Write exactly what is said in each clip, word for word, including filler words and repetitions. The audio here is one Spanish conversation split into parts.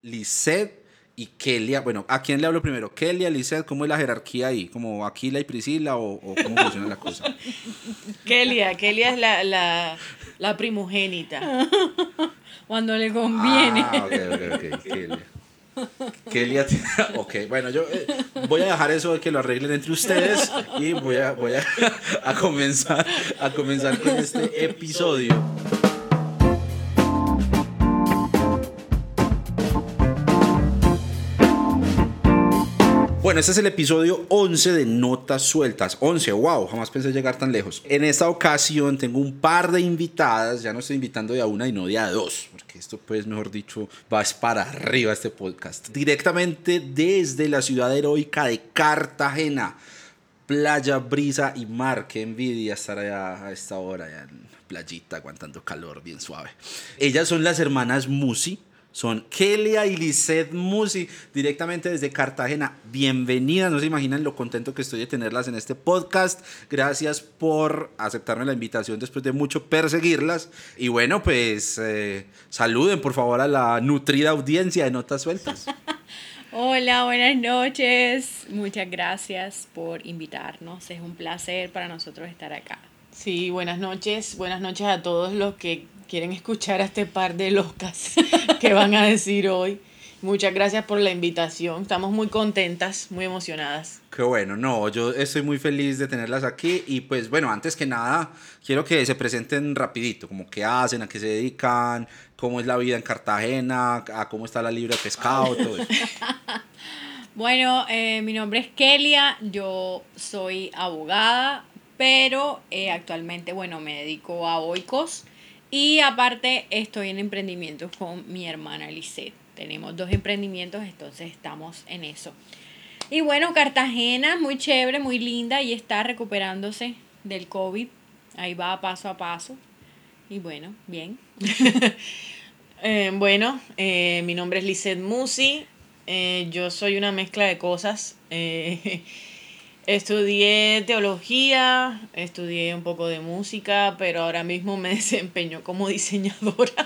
Lisette y Kelia. Bueno, ¿a quién le hablo primero? Kelia, Lisette, ¿cómo es la jerarquía ahí? ¿Como Aquila y Priscila o, o cómo funciona la cosa? Kelia, Kelia es la, la, la primogénita. Cuando le conviene. Ah, ok, ok, ok, Kelia. Kelia, ok, bueno, yo eh, voy a dejar eso de que lo arreglen entre ustedes y voy a, voy a, a comenzar a comenzar con este episodio. Bueno, este es el episodio once de Notas Sueltas. once, wow, jamás pensé llegar tan lejos. En esta ocasión tengo un par de invitadas, ya no estoy invitando de a una y no de a dos, porque esto pues, mejor dicho, va para arriba este podcast. Directamente desde la ciudad heroica de Cartagena. Playa, brisa y mar, qué envidia estar allá a esta hora, allá en playita, aguantando calor bien suave. Ellas son las hermanas Musi. Son Kelia y Lisette Musi, directamente desde Cartagena. Bienvenidas, no se imaginan lo contento que estoy de tenerlas en este podcast. Gracias por aceptarme la invitación después de mucho perseguirlas. Y bueno, pues eh, saluden por favor a la nutrida audiencia de Notas Sueltas. Hola, buenas noches. Muchas gracias por invitarnos. Es un placer para nosotros estar acá. Sí, buenas noches. Buenas noches a todos los que quieren escuchar a este par de locas que van a decir hoy. Muchas gracias por la invitación. Estamos muy contentas, muy emocionadas. Qué bueno, no, yo estoy muy feliz de tenerlas aquí y pues bueno, antes que nada, quiero que se presenten rapidito, como qué hacen, a qué se dedican, cómo es la vida en Cartagena, a cómo está la libra de pescado, todo eso. Bueno, eh, mi nombre es Kelia, yo soy abogada, pero eh, actualmente, bueno, me dedico a Oikos y aparte estoy en emprendimientos con mi hermana Lisette. Tenemos dos emprendimientos, entonces estamos en eso. Y bueno, Cartagena, muy chévere, muy linda y está recuperándose del COVID. Ahí va paso a paso. Y bueno, bien. eh, bueno, eh, mi nombre es Lisette Musi. Eh, yo soy una mezcla de cosas. Eh, estudié teología, estudié un poco de música, pero ahora mismo me desempeño como diseñadora.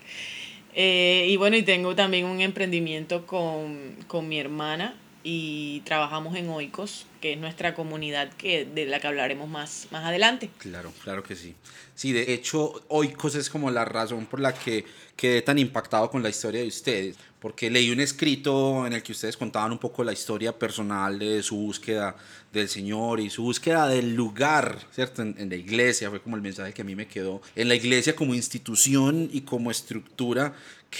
eh, y bueno, y tengo también un emprendimiento con, con mi hermana y trabajamos en Oikos, que es nuestra comunidad que, de la que hablaremos más, más adelante. Claro, claro que sí. Sí, de hecho, Oikos es como la razón por la que quedé tan impactado con la historia de ustedes, porque leí un escrito en el que ustedes contaban un poco la historia personal de su búsqueda del Señor y su búsqueda del lugar, ¿cierto? En, en la iglesia, fue como el mensaje que a mí me quedó. En la iglesia como institución y como estructura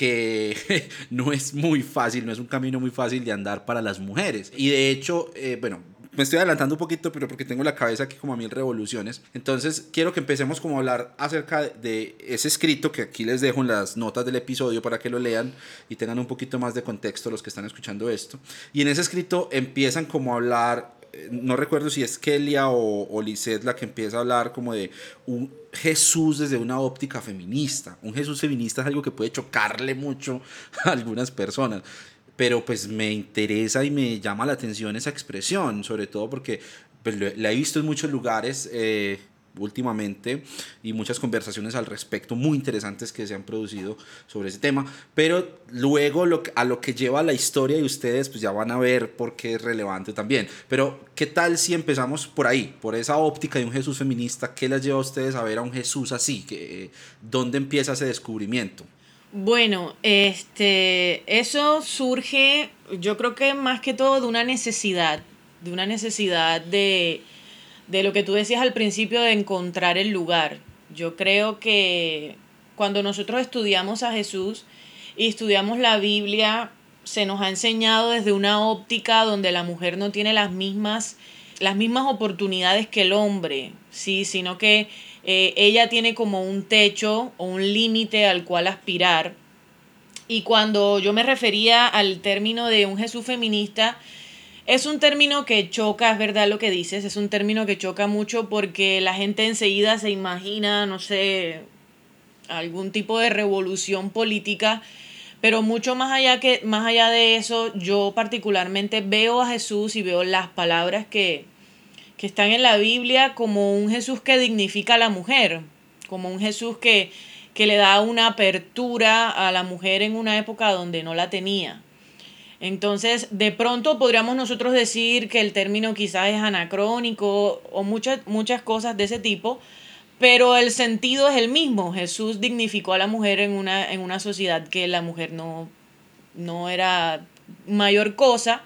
que no es muy fácil, no es un camino muy fácil de andar para las mujeres. Y de hecho, eh, bueno, me estoy adelantando un poquito, pero porque tengo la cabeza aquí como a mil revoluciones. Entonces, quiero que empecemos como a hablar acerca de ese escrito que aquí les dejo en las notas del episodio para que lo lean y tengan un poquito más de contexto los que están escuchando esto. Y en ese escrito empiezan como a hablar, no recuerdo si es Kelia o, o Lisette la que empieza a hablar como de un Jesús desde una óptica feminista. Un Jesús feminista es algo que puede chocarle mucho a algunas personas. Pero pues me interesa y me llama la atención esa expresión, sobre todo porque pues, la he visto en muchos lugares eh, últimamente y muchas conversaciones al respecto muy interesantes que se han producido sobre ese tema, pero luego lo, a lo que lleva la historia de ustedes pues ya van a ver por qué es relevante también. Pero ¿qué tal si empezamos por ahí, por esa óptica de un Jesús feminista? ¿Qué les lleva a ustedes a ver a un Jesús así? ¿Qué, ¿Dónde empieza ese descubrimiento? Bueno, este, eso surge, yo creo que más que todo de una necesidad, de una necesidad de, de lo que tú decías al principio de encontrar el lugar. Yo creo que cuando nosotros estudiamos a Jesús y estudiamos la Biblia, se nos ha enseñado desde una óptica donde la mujer no tiene las mismas, las mismas oportunidades que el hombre, sí, sino que eh, ella tiene como un techo o un límite al cual aspirar. Y cuando yo me refería al término de un Jesús feminista, es un término que choca, es verdad lo que dices, es un término que choca mucho porque la gente enseguida se imagina, no sé, algún tipo de revolución política, pero mucho más allá, que, más allá de eso, yo particularmente veo a Jesús y veo las palabras que, que están en la Biblia como un Jesús que dignifica a la mujer, como un Jesús que, que le da una apertura a la mujer en una época donde no la tenía. Entonces, de pronto podríamos nosotros decir que el término quizás es anacrónico o muchas, muchas cosas de ese tipo, pero el sentido es el mismo. Jesús dignificó a la mujer en una, en una sociedad que la mujer no, no era mayor cosa.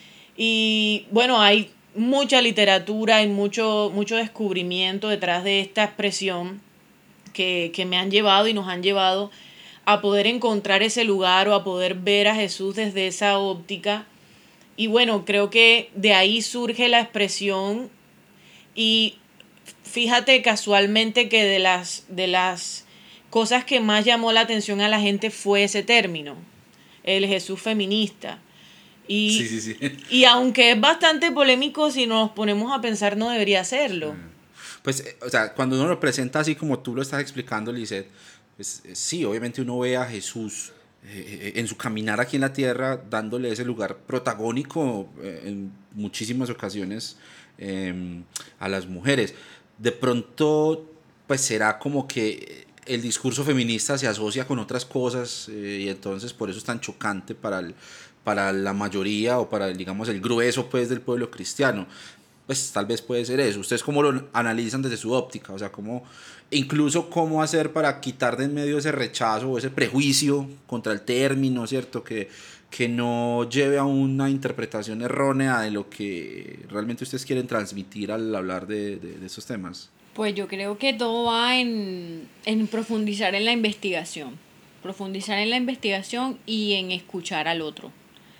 Y bueno, hay mucha literatura, hay mucho, mucho descubrimiento detrás de esta expresión que, que me han llevado y nos han llevado a poder encontrar ese lugar o a poder ver a Jesús desde esa óptica. Y bueno, creo que de ahí surge la expresión. Y fíjate casualmente que de las, de las cosas que más llamó la atención a la gente fue ese término, el Jesús feminista. Y, Sí, sí, sí. y aunque es bastante polémico, si nos ponemos a pensar, no debería serlo. Pues, eh, o sea, cuando uno lo presenta así como tú lo estás explicando, Lisette, pues eh, sí, obviamente uno ve a Jesús eh, en su caminar aquí en la tierra, dándole ese lugar protagónico eh, en muchísimas ocasiones eh, a las mujeres. De pronto, pues será como que el discurso feminista se asocia con otras cosas eh, y entonces por eso es tan chocante para el, para la mayoría o para, digamos, el grueso pues del pueblo cristiano. Pues tal vez puede ser eso. ¿Ustedes cómo lo analizan desde su óptica? O sea, cómo, incluso cómo hacer para quitar de en medio ese rechazo o ese prejuicio contra el término, ¿cierto? Que, que no lleve a una interpretación errónea de lo que realmente ustedes quieren transmitir al hablar de, de, de esos temas. Pues yo creo que todo va en, en profundizar en la investigación. Profundizar en la investigación y en escuchar al otro.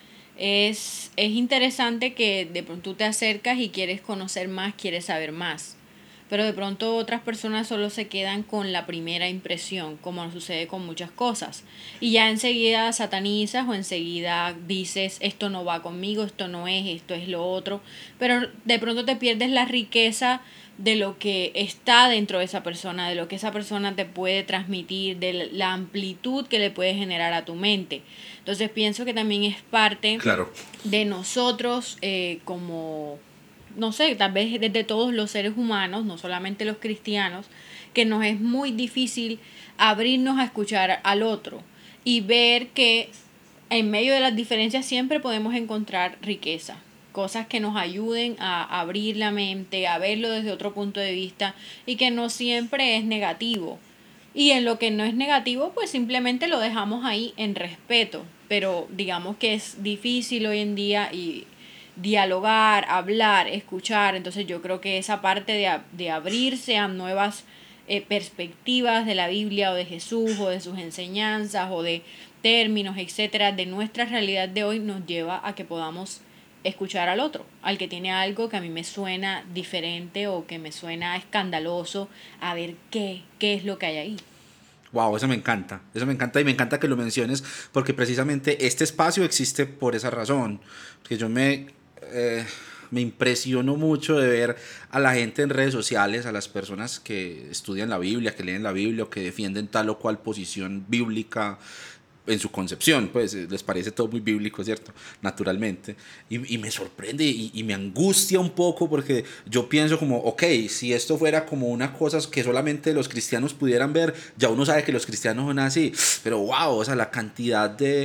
Es, es interesante que de pronto tú te acercas y quieres conocer más, quieres saber más. Pero de pronto otras personas solo se quedan con la primera impresión, como sucede con muchas cosas. Y ya enseguida satanizas o enseguida dices, esto no va conmigo, esto no es, esto es lo otro. Pero de pronto te pierdes la riqueza de lo que está dentro de esa persona, de lo que esa persona te puede transmitir, de la amplitud que le puede generar a tu mente. Entonces pienso que también es parte Claro. de nosotros eh, como, no sé, tal vez desde todos los seres humanos, no solamente los cristianos, que nos es muy difícil abrirnos a escuchar al otro y ver que en medio de las diferencias siempre podemos encontrar riqueza. Cosas que nos ayuden a abrir la mente, a verlo desde otro punto de vista y que no siempre es negativo. Y en lo que no es negativo, pues simplemente lo dejamos ahí en respeto. Pero digamos que es difícil hoy en día y dialogar, hablar, escuchar. Entonces yo creo que esa parte de, de abrirse a nuevas eh, perspectivas de la Biblia o de Jesús o de sus enseñanzas o de términos, etcétera, de nuestra realidad de hoy nos lleva a que podamos escuchar al otro, al que tiene algo que a mí me suena diferente o que me suena escandaloso, a ver qué, qué es lo que hay ahí. Wow, eso me encanta, eso me encanta y me encanta que lo menciones porque precisamente este espacio existe por esa razón, porque yo me, eh, me impresiono mucho de ver a la gente en redes sociales, a las personas que estudian la Biblia, que leen la Biblia o que defienden tal o cual posición bíblica en su concepción, pues les parece todo muy bíblico, ¿cierto? Naturalmente. Y, y me sorprende y, y me angustia un poco porque yo pienso como, ok, si esto fuera como una cosa que solamente los cristianos pudieran ver, ya uno sabe que los cristianos son así, pero wow, o sea, la cantidad de,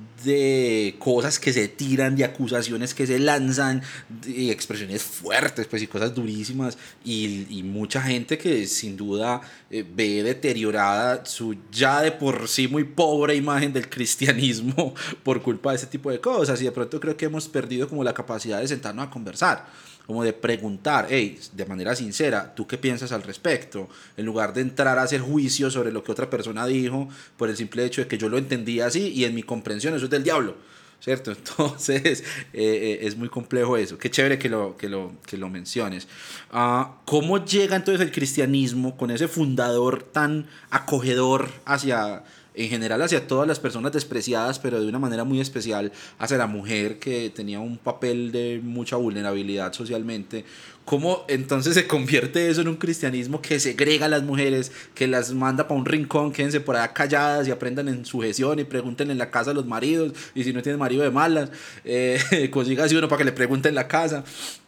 de cosas que se tiran, de acusaciones que se lanzan, de expresiones fuertes, pues y cosas durísimas, y, y mucha gente que sin duda eh, ve deteriorada su ya de por sí muy pobre imagen del cristianismo por culpa de ese tipo de cosas. Y de pronto creo que hemos perdido como la capacidad de sentarnos a conversar, como de preguntar, hey, de manera sincera, ¿tú qué piensas al respecto? En lugar de entrar a hacer juicio sobre lo que otra persona dijo por el simple hecho de que yo lo entendía así y en mi comprensión eso es del diablo, ¿cierto? Entonces eh, es muy complejo eso. Qué chévere que lo, que lo, que lo menciones. Uh, ¿Cómo llega entonces el cristianismo con ese fundador tan acogedor hacia, en general hacia todas las personas despreciadas, pero de una manera muy especial hacia la mujer que tenía un papel de mucha vulnerabilidad socialmente? ¿Cómo entonces se convierte eso en un cristianismo que segrega a las mujeres, que las manda para un rincón, quédense por allá calladas y aprendan en sujeción y pregunten en la casa a los maridos, y si no tienen marido de malas, eh, consígase uno para que le pregunten en la casa?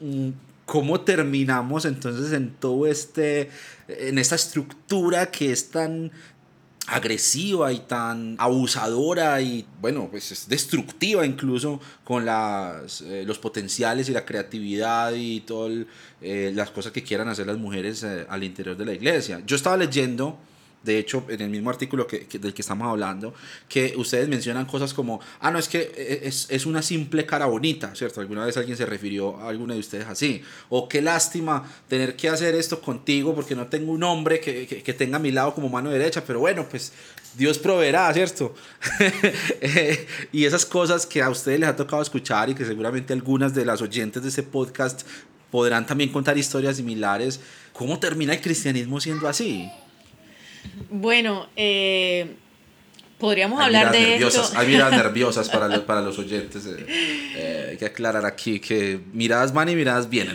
¿Cómo terminamos entonces en todo este, en esta estructura que es tan agresiva y tan abusadora y, bueno, pues es destructiva incluso con las, eh, los potenciales y la creatividad y todas eh, las cosas que quieran hacer las mujeres eh, al interior de la iglesia. Yo estaba leyendo, de hecho, en el mismo artículo que, que, del que estamos hablando, que ustedes mencionan cosas como, ah, no, es que es, es una simple cara bonita, ¿cierto? Alguna vez alguien se refirió a alguno de ustedes así. O qué lástima tener que hacer esto contigo porque no tengo un hombre que, que, que tenga a mi lado como mano derecha, pero bueno, pues Dios proveerá, ¿cierto? Y esas cosas que a ustedes les ha tocado escuchar y que seguramente algunas de las oyentes de este podcast podrán también contar historias similares. ¿Cómo termina el cristianismo siendo así? Bueno, eh, podríamos hay hablar de nerviosas, esto. Hay miradas nerviosas para los, para los oyentes. Eh, eh, hay que aclarar aquí que miradas van y miradas vienen.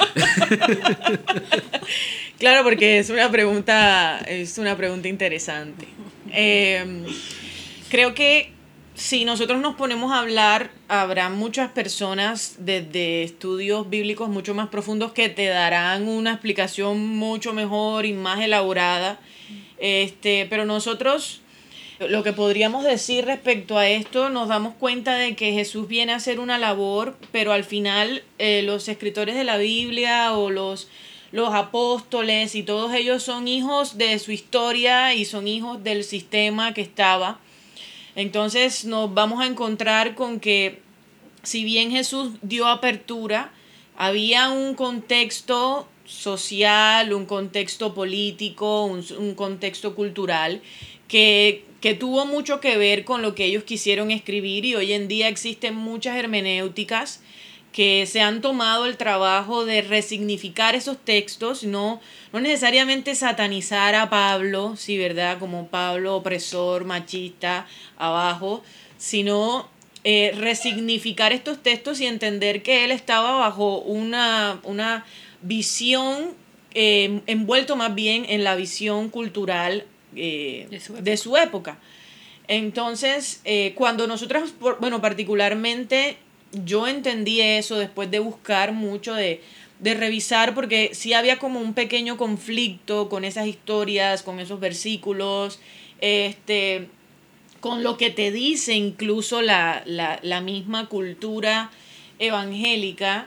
Claro, porque es una pregunta, es una pregunta interesante. Eh, creo que si nosotros nos ponemos a hablar, habrá muchas personas desde estudios bíblicos mucho más profundos que te darán una explicación mucho mejor y más elaborada. Este, pero nosotros, lo que podríamos decir respecto a esto, nos damos cuenta de que Jesús viene a hacer una labor, pero al final eh, los escritores de la Biblia o los, los apóstoles y todos ellos son hijos de su historia y son hijos del sistema que estaba. Entonces nos vamos a encontrar con que si bien Jesús dio apertura, había un contexto social, un contexto político, un, un contexto cultural que, que tuvo mucho que ver con lo que ellos quisieron escribir, y hoy en día existen muchas hermenéuticas que se han tomado el trabajo de resignificar esos textos, no, no necesariamente satanizar a Pablo, sí, ¿verdad? Como Pablo opresor, machista, abajo, sino eh, resignificar estos textos y entender que él estaba bajo una, una visión, eh, envuelto más bien en la visión cultural eh, de, su de su época. Entonces, eh, cuando nosotros, bueno, particularmente yo entendí eso después de buscar mucho, de, de revisar, porque sí había como un pequeño conflicto con esas historias, con esos versículos, este, con lo que te dice incluso la, la, la misma cultura evangélica,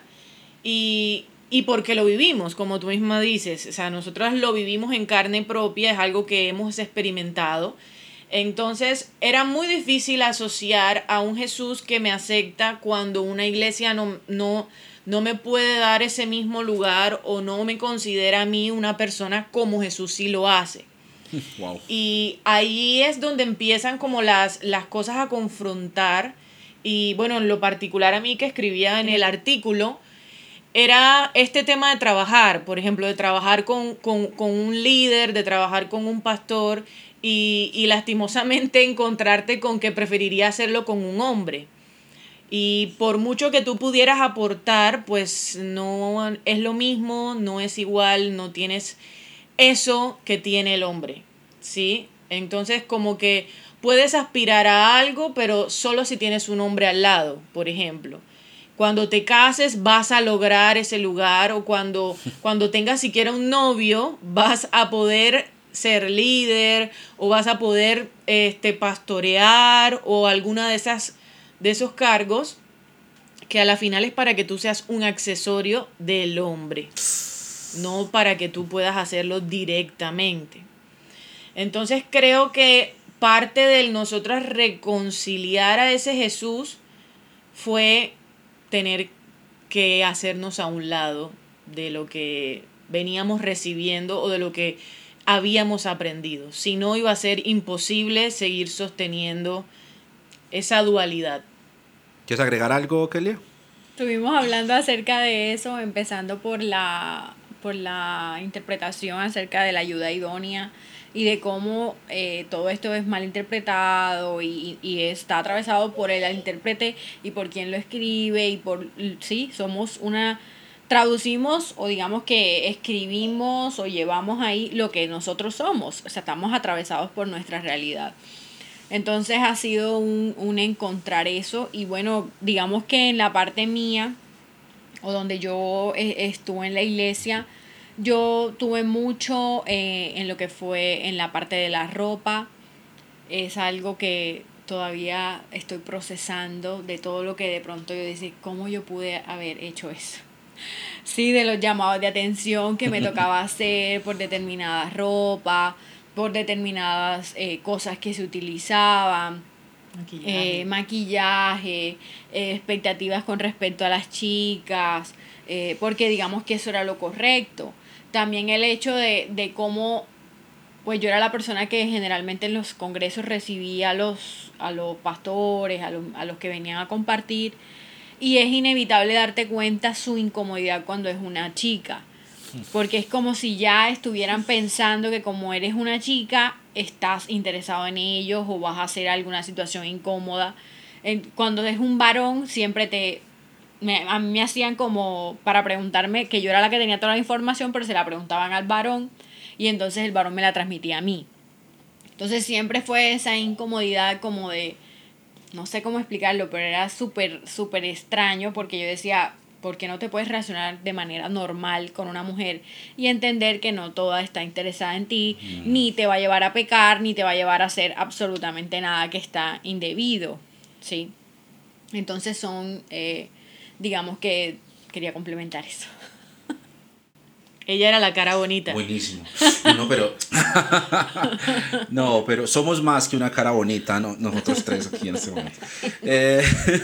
y, y porque lo vivimos, como tú misma dices, o sea, nosotros lo vivimos en carne propia, es algo que hemos experimentado. Entonces era muy difícil asociar a un Jesús que me acepta cuando una iglesia no, no, no me puede dar ese mismo lugar o no me considera a mí una persona como Jesús sí lo hace. Wow. Y ahí es donde empiezan como las, las cosas a confrontar. Y bueno, en lo particular a mí, que escribía en el artículo, era este tema de trabajar, por ejemplo, de trabajar con, con, con un líder, de trabajar con un pastor, y, y lastimosamente encontrarte con que preferiría hacerlo con un hombre. Y por mucho que tú pudieras aportar, pues no es lo mismo, no es igual, no tienes eso que tiene el hombre, ¿sí? Entonces como que puedes aspirar a algo, pero solo si tienes un hombre al lado, por ejemplo. Cuando te cases vas a lograr ese lugar, o cuando, cuando tengas siquiera un novio vas a poder ser líder, o vas a poder este, pastorear, o alguna de esas de esos cargos que a la final es para que tú seas un accesorio del hombre, no para que tú puedas hacerlo directamente. Entonces creo que parte de nosotros reconciliar a ese Jesús fue tener que hacernos a un lado de lo que veníamos recibiendo o de lo que habíamos aprendido. Si no, iba a ser imposible seguir sosteniendo esa dualidad. ¿Quieres agregar algo, Kelia? Estuvimos hablando acerca de eso, empezando por la, por la interpretación acerca de la ayuda idónea y de cómo eh, todo esto es mal interpretado y, y está atravesado por el intérprete y por quien lo escribe, y por, sí, somos una, traducimos o digamos que escribimos o llevamos ahí lo que nosotros somos, o sea, estamos atravesados por nuestra realidad. Entonces ha sido un, un encontrar eso, y bueno, digamos que en la parte mía, o donde yo eh, estuve en la iglesia, yo tuve mucho eh, en lo que fue en la parte de la ropa, es algo que todavía estoy procesando de todo lo que de pronto yo decía, ¿cómo yo pude haber hecho eso? Sí, de los llamados de atención que me tocaba hacer por determinada ropa, por determinadas eh, cosas que se utilizaban, Maquillaje. eh, maquillaje, eh, expectativas con respecto a las chicas, eh, porque digamos que eso era lo correcto. También el hecho de, de cómo, pues yo era la persona que generalmente en los congresos recibía a los, a los pastores, a los, a los que venían a compartir, y es inevitable darte cuenta su incomodidad cuando es una chica. Porque es como si ya estuvieran pensando que como eres una chica, estás interesado en ellos o vas a hacer alguna situación incómoda. Cuando es un varón, siempre te... Me, a mí me hacían como para preguntarme, que yo era la que tenía toda la información, pero se la preguntaban al varón y entonces el varón me la transmitía a mí. Entonces siempre fue esa incomodidad como de... No sé cómo explicarlo, pero era súper, súper extraño porque yo decía, ¿por qué no te puedes relacionar de manera normal con una mujer y entender que no toda está interesada en ti, mm. ni te va a llevar a pecar, ni te va a llevar a hacer absolutamente nada que está indebido? ¿Sí? Entonces son, eh, digamos que quería complementar eso. Ella era la cara bonita. Buenísimo. No, pero... no, pero somos más que una cara bonita, no, nosotros tres aquí en este momento. Eh,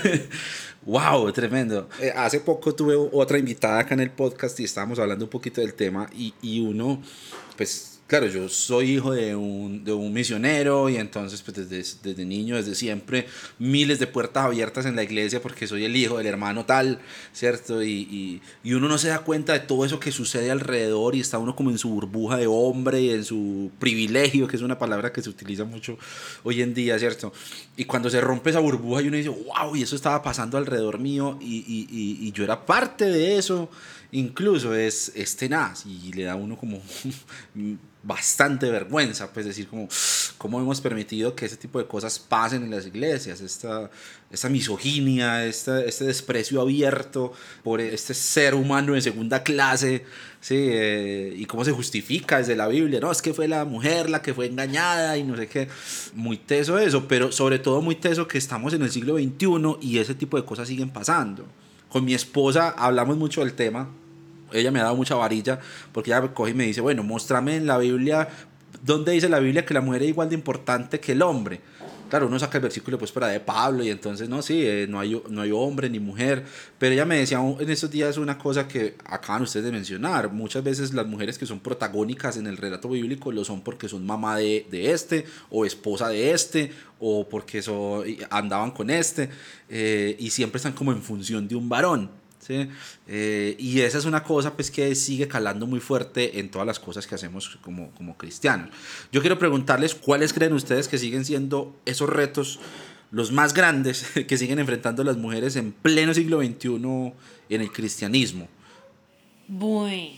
wow, tremendo. Eh, hace poco tuve otra invitada acá en el podcast y estábamos hablando un poquito del tema y, y uno, pues... Claro, yo soy hijo de un, de un misionero y entonces pues desde, desde niño, desde siempre, miles de puertas abiertas en la iglesia porque soy el hijo del hermano tal, ¿cierto? Y, y, y uno no se da cuenta de todo eso que sucede alrededor y está uno como en su burbuja de hombre y en su privilegio, que es una palabra que se utiliza mucho hoy en día, ¿cierto? Y cuando se rompe esa burbuja y uno dice, wow, y eso estaba pasando alrededor mío y, y, y, y yo era parte de eso, incluso es, es tenaz y le da a uno como... bastante vergüenza, pues decir como cómo hemos permitido que ese tipo de cosas pasen en las iglesias, esta, esta misoginia, esta, este desprecio abierto por este ser humano de segunda clase, ¿sí? Eh, y cómo se justifica desde la Biblia, no, es que fue la mujer la que fue engañada y no sé qué, muy teso eso, pero sobre todo muy teso que estamos en el siglo veintiuno y ese tipo de cosas siguen pasando. Con mi esposa hablamos mucho del tema. Ella me ha dado mucha varilla porque ella coge y me dice, bueno, muéstrame en la Biblia dónde dice la Biblia que la mujer es igual de importante que el hombre. Claro, uno saca el versículo pues para de Pablo y entonces no, sí, eh, no, hay, no hay hombre ni mujer, pero ella me decía en estos días una cosa que acaban ustedes de mencionar, muchas veces las mujeres que son protagónicas en el relato bíblico lo son porque son mamá de, de este o esposa de este o porque so, andaban con este eh, y siempre están como en función de un varón. ¿Sí? Eh, y esa es una cosa pues que sigue calando muy fuerte en todas las cosas que hacemos como, como cristianos. Yo quiero preguntarles cuáles creen ustedes que siguen siendo esos retos los más grandes que siguen enfrentando las mujeres en pleno siglo veintiuno en el cristianismo. Bueno,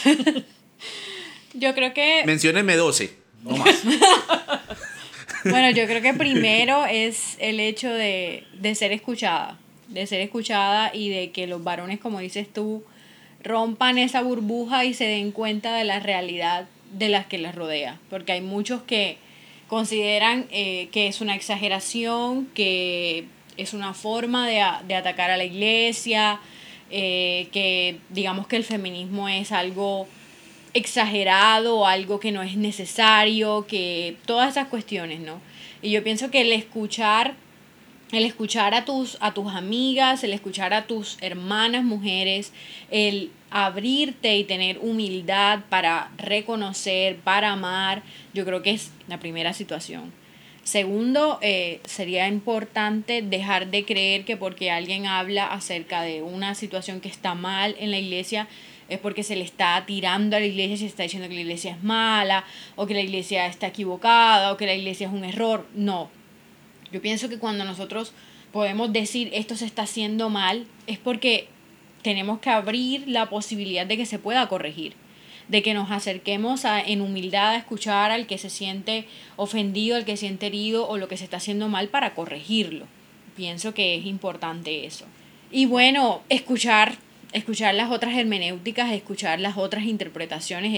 yo creo que... Menciónenme doce, no más. Bueno, yo creo que primero es el hecho de, de ser escuchada. de ser escuchada y de que los varones, como dices tú, rompan esa burbuja y se den cuenta de la realidad de las que les rodea. Porque hay muchos que consideran eh, que es una exageración, que es una forma de, de atacar a la iglesia, eh, que digamos que el feminismo es algo exagerado, algo que no es necesario, que todas esas cuestiones, ¿no? Y yo pienso que el escuchar... El escuchar a tus, a tus amigas, el escuchar a tus hermanas mujeres, el abrirte y tener humildad para reconocer, para amar, yo creo que es la primera situación. Segundo, eh, sería importante dejar de creer que porque alguien habla acerca de una situación que está mal en la iglesia, es porque se le está tirando a la iglesia, se está diciendo que la iglesia es mala, o que la iglesia está equivocada, o que la iglesia es un error. No. Yo pienso que cuando nosotros podemos decir esto se está haciendo mal, es porque tenemos que abrir la posibilidad de que se pueda corregir, de que nos acerquemos a, en humildad a escuchar al que se siente ofendido, al que se siente herido o lo que se está haciendo mal para corregirlo. Pienso que es importante eso. Y bueno, escuchar, escuchar las otras hermenéuticas, escuchar las otras interpretaciones es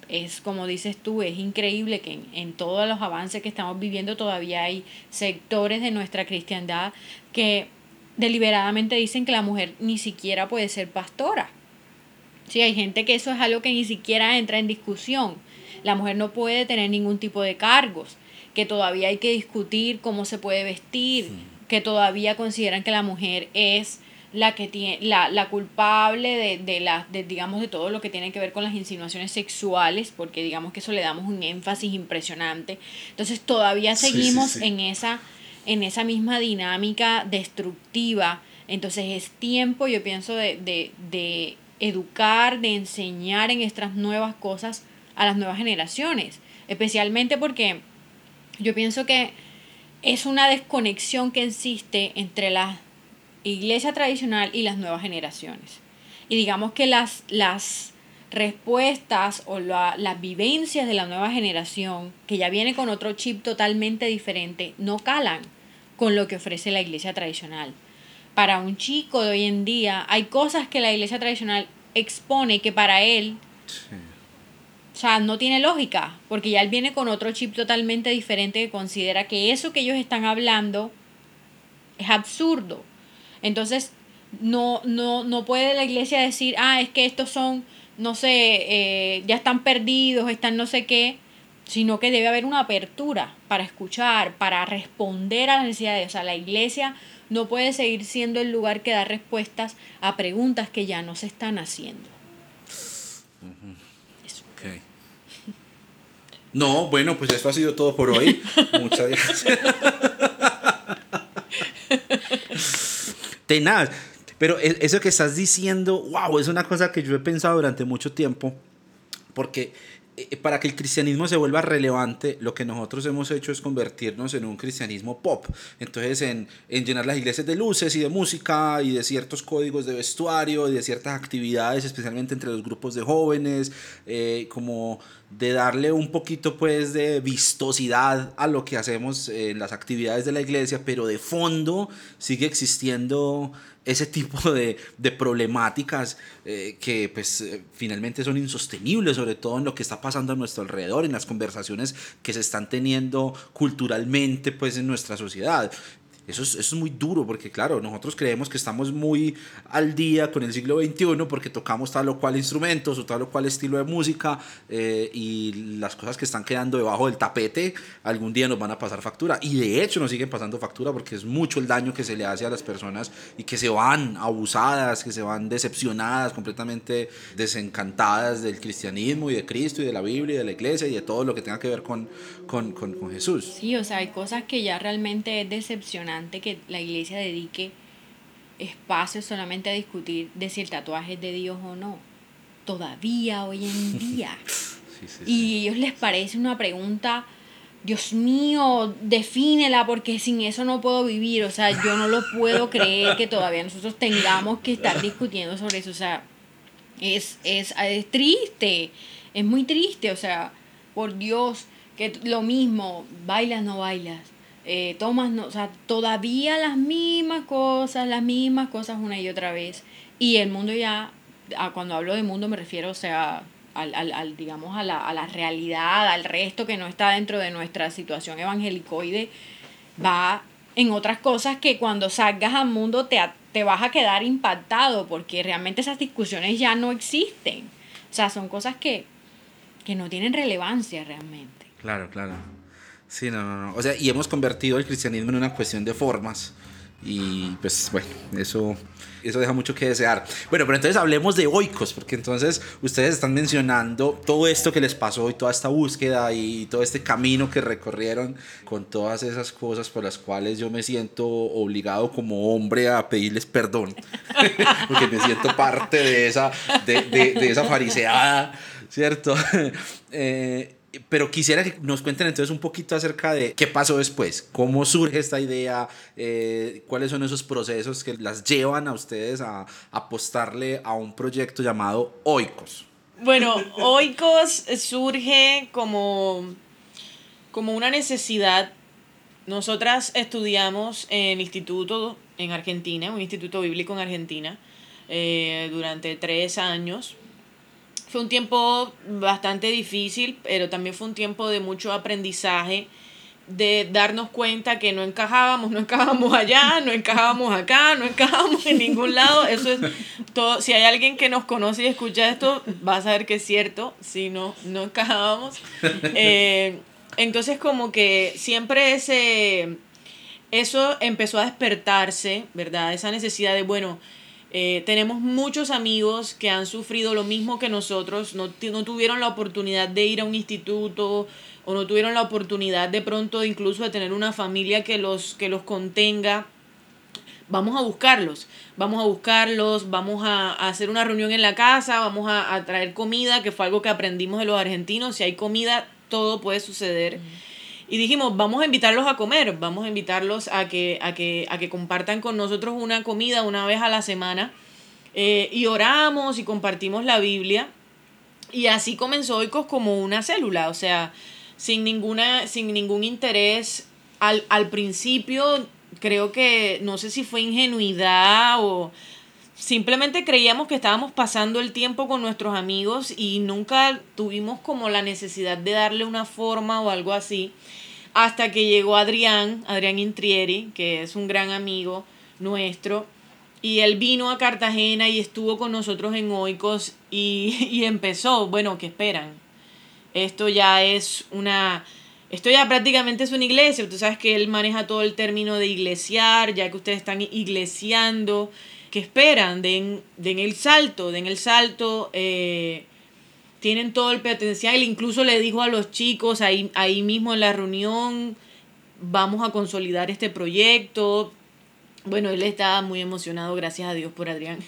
es como dices tú, es increíble que en, en todos los avances que estamos viviendo todavía hay sectores de nuestra cristiandad que deliberadamente dicen que la mujer ni siquiera puede ser pastora. Sí, hay gente que eso es algo que ni siquiera entra en discusión. La mujer no puede tener ningún tipo de cargos, que todavía hay que discutir cómo se puede vestir, sí. que todavía consideran que la mujer es la que tiene la, la culpable de, de la de, digamos de todo lo que tiene que ver con las insinuaciones sexuales, porque digamos que eso le damos un énfasis impresionante. Entonces todavía seguimos sí, sí, sí. en esa en esa misma dinámica destructiva. Entonces es tiempo, yo pienso, de, de, de educar, de enseñar en estas nuevas cosas a las nuevas generaciones, especialmente porque yo pienso que es una desconexión que existe entre la iglesia tradicional y las nuevas generaciones. Y digamos que las, las respuestas o la, las vivencias de la nueva generación, que ya viene con otro chip totalmente diferente, no calan con lo que ofrece la iglesia tradicional. Para un chico de hoy en día hay cosas que la iglesia tradicional expone que para él sí. o sea, no tiene lógica, porque ya él viene con otro chip totalmente diferente que considera que eso que ellos están hablando es absurdo. Entonces, no, no, no puede la iglesia decir, ah, es que estos son, no sé, eh, ya están perdidos, están no sé qué, sino que debe haber una apertura para escuchar, para responder a las necesidades. O sea, la iglesia no puede seguir siendo el lugar que da respuestas a preguntas que ya no se están haciendo. Uh-huh. Eso. Okay. No, bueno, pues esto ha sido todo por hoy. Muchas gracias. Tenaz. Pero eso que estás diciendo, wow, es una cosa que yo he pensado durante mucho tiempo. Porque para que el cristianismo se vuelva relevante, lo que nosotros hemos hecho es convertirnos en un cristianismo pop. Entonces, en, en llenar las iglesias de luces y de música y de ciertos códigos de vestuario y de ciertas actividades, especialmente entre los grupos de jóvenes, eh, como de darle un poquito pues de vistosidad a lo que hacemos en las actividades de la iglesia, pero de fondo sigue existiendo ese tipo de, de problemáticas eh, que pues eh, finalmente son insostenibles, sobre todo en lo que está pasando a nuestro alrededor, en las conversaciones que se están teniendo culturalmente pues en nuestra sociedad. Eso es, eso es muy duro porque, claro, nosotros creemos que estamos muy al día con el siglo veintiuno porque tocamos tal o cual instrumentos o tal o cual estilo de música eh, y las cosas que están quedando debajo del tapete algún día nos van a pasar factura. Y de hecho nos siguen pasando factura porque es mucho el daño que se le hace a las personas y que se van abusadas, que se van decepcionadas, completamente desencantadas del cristianismo y de Cristo y de la Biblia y de la iglesia y de todo lo que tenga que ver con, con, con, con Jesús. Sí, o sea, hay cosas que ya realmente es decepcionante que la iglesia dedique espacio solamente a discutir de si el tatuaje es de Dios o no. Todavía hoy en día. Sí, sí, sí. Y a ellos les parece una pregunta, Dios mío, defínela porque sin eso no puedo vivir. O sea, yo no lo puedo creer que todavía nosotros tengamos que estar discutiendo sobre eso. O sea, es, es, es triste, es muy triste. O sea, por Dios, que lo mismo, bailas, no bailas. Eh, tomas, no, o sea, todavía las mismas cosas, las mismas cosas una y otra vez. Y el mundo ya, a, cuando hablo de mundo me refiero, o sea, al, al, al digamos, a la, a la realidad, al resto que no está dentro de nuestra situación evangelicoide, va en otras cosas que cuando salgas al mundo te, te vas a quedar impactado porque realmente esas discusiones ya no existen. O sea, son cosas que, que no tienen relevancia realmente. Claro, claro. Sí, no, no, no. O sea, y hemos convertido el cristianismo en una cuestión de formas. Y pues bueno, eso, eso deja mucho que desear. Bueno, pero entonces hablemos de Oikos, porque entonces ustedes están mencionando todo esto que les pasó y toda esta búsqueda y todo este camino que recorrieron con todas esas cosas por las cuales yo me siento obligado como hombre a pedirles perdón, porque me siento parte de esa, de, de, de esa fariseada, ¿cierto? eh, Pero quisiera que nos cuenten entonces un poquito acerca de qué pasó después, cómo surge esta idea, eh, cuáles son esos procesos que las llevan a ustedes a, a apostarle a un proyecto llamado Oikos. Bueno, Oikos surge como, como una necesidad. Nosotras estudiamos en instituto en Argentina, un instituto bíblico en Argentina, eh, durante tres años. Fue un tiempo bastante difícil, pero también fue un tiempo de mucho aprendizaje, de darnos cuenta que no encajábamos, no encajábamos allá, no encajábamos acá, no encajábamos en ningún lado. Eso es todo. Si hay alguien que nos conoce y escucha esto, va a saber que es cierto. Si no, no encajábamos. Eh, entonces como que siempre ese, eso empezó a despertarse, ¿verdad? Esa necesidad de, bueno, eh, tenemos muchos amigos que han sufrido lo mismo que nosotros, no, no tuvieron la oportunidad de ir a un instituto, o no tuvieron la oportunidad de pronto incluso de tener una familia que los, que los contenga. Vamos a buscarlos, vamos a buscarlos, vamos a, a hacer una reunión en la casa, vamos a, a traer comida, que fue algo que aprendimos de los argentinos. Si hay comida, todo puede suceder. Mm. Y dijimos, vamos a invitarlos a comer, vamos a invitarlos a que, a que, a que compartan con nosotros una comida una vez a la semana. Eh, y oramos y compartimos la Biblia. Y así comenzó Oikos como una célula, o sea, sin ninguna, sin ningún interés. Al, al principio, creo que, no sé si fue ingenuidad o simplemente creíamos que estábamos pasando el tiempo con nuestros amigos y nunca tuvimos como la necesidad de darle una forma o algo así, hasta que llegó Adrián, Adrián Intrieri, que es un gran amigo nuestro, y él vino a Cartagena y estuvo con nosotros en Oikos y, y empezó, bueno, ¿qué esperan? Esto ya es una... Esto ya prácticamente es una iglesia. Tú sabes que él maneja todo el término de iglesiar, ya que ustedes están iglesiando. ¿Qué esperan? Den, den el salto, den el salto. Eh, tienen todo el potencial. Incluso le dijo a los chicos ahí, ahí mismo en la reunión, vamos a consolidar este proyecto. Bueno, él estaba muy emocionado, gracias a Dios por Adrián.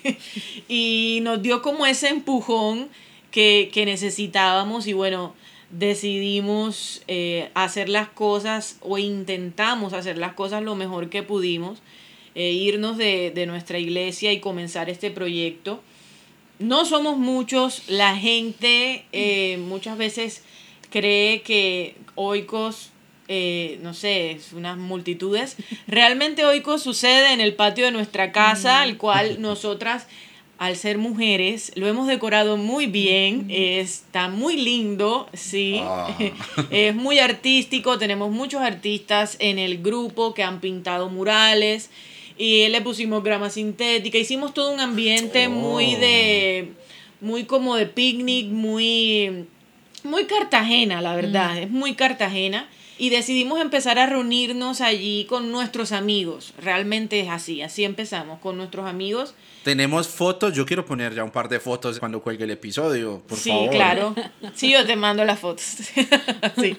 Y nos dio como ese empujón que, que necesitábamos y bueno, decidimos eh, hacer las cosas o intentamos hacer las cosas lo mejor que pudimos, eh, irnos de, de nuestra iglesia y comenzar este proyecto. No somos muchos, la gente eh, muchas veces cree que Oikos, eh, no sé, es unas multitudes. Realmente Oikos sucede en el patio de nuestra casa, el cual nosotras, al ser mujeres, lo hemos decorado muy bien, está muy lindo, sí, ah. Es muy artístico, tenemos muchos artistas en el grupo que han pintado murales y le pusimos grama sintética, hicimos todo un ambiente oh. muy de, muy como de picnic, muy, muy Cartagena, la verdad, mm. es muy Cartagena. Y decidimos empezar a reunirnos allí con nuestros amigos. Realmente es así, así empezamos, con nuestros amigos. Tenemos fotos, yo quiero poner ya un par de fotos cuando cuelgue el episodio, por sí, favor. Sí, claro. Sí, yo te mando las fotos. Sí.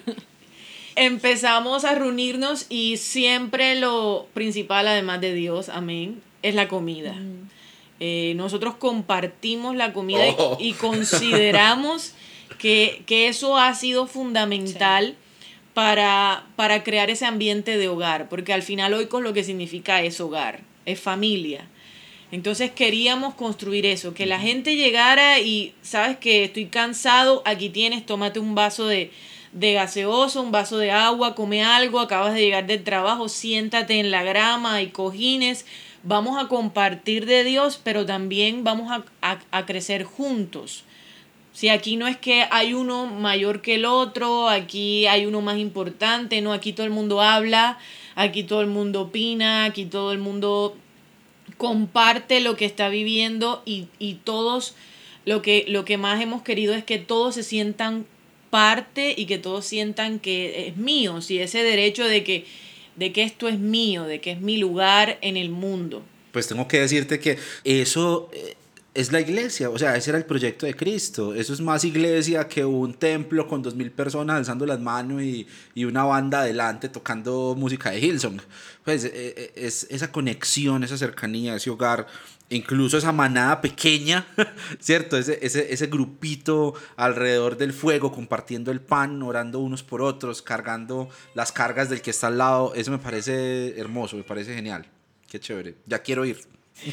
Empezamos a reunirnos y siempre lo principal, además de Dios, amén, es la comida. Mm. Eh, nosotros compartimos la comida oh. y, y consideramos que, que eso ha sido fundamental. Sí. Para, para crear ese ambiente de hogar, porque al final Oikos lo que significa es hogar, es familia. Entonces queríamos construir eso, que la gente llegara y, sabes que estoy cansado, aquí tienes, tómate un vaso de, de gaseoso, un vaso de agua, come algo, acabas de llegar del trabajo, siéntate en la grama, hay cojines, vamos a compartir de Dios, pero también vamos a, a, a crecer juntos. Si aquí no es que hay uno mayor que el otro, aquí hay uno más importante, no, aquí todo el mundo habla, aquí todo el mundo opina, aquí todo el mundo comparte lo que está viviendo y, y todos, lo que, lo que más hemos querido es que todos se sientan parte y que todos sientan que es mío, sí, ese derecho de que, de que esto es mío, de que es mi lugar en el mundo. Pues tengo que decirte que eso... Eh... es la iglesia, o sea, ese era el proyecto de Cristo. Eso es más iglesia que un templo con dos mil personas alzando las manos y, y una banda adelante tocando música de Hillsong. Pues es, es esa conexión, esa cercanía, ese hogar, incluso esa manada pequeña, ¿cierto? Ese, ese, ese grupito alrededor del fuego, compartiendo el pan, orando unos por otros, cargando las cargas del que está al lado. Eso me parece hermoso, me parece genial. Qué chévere. Ya quiero ir.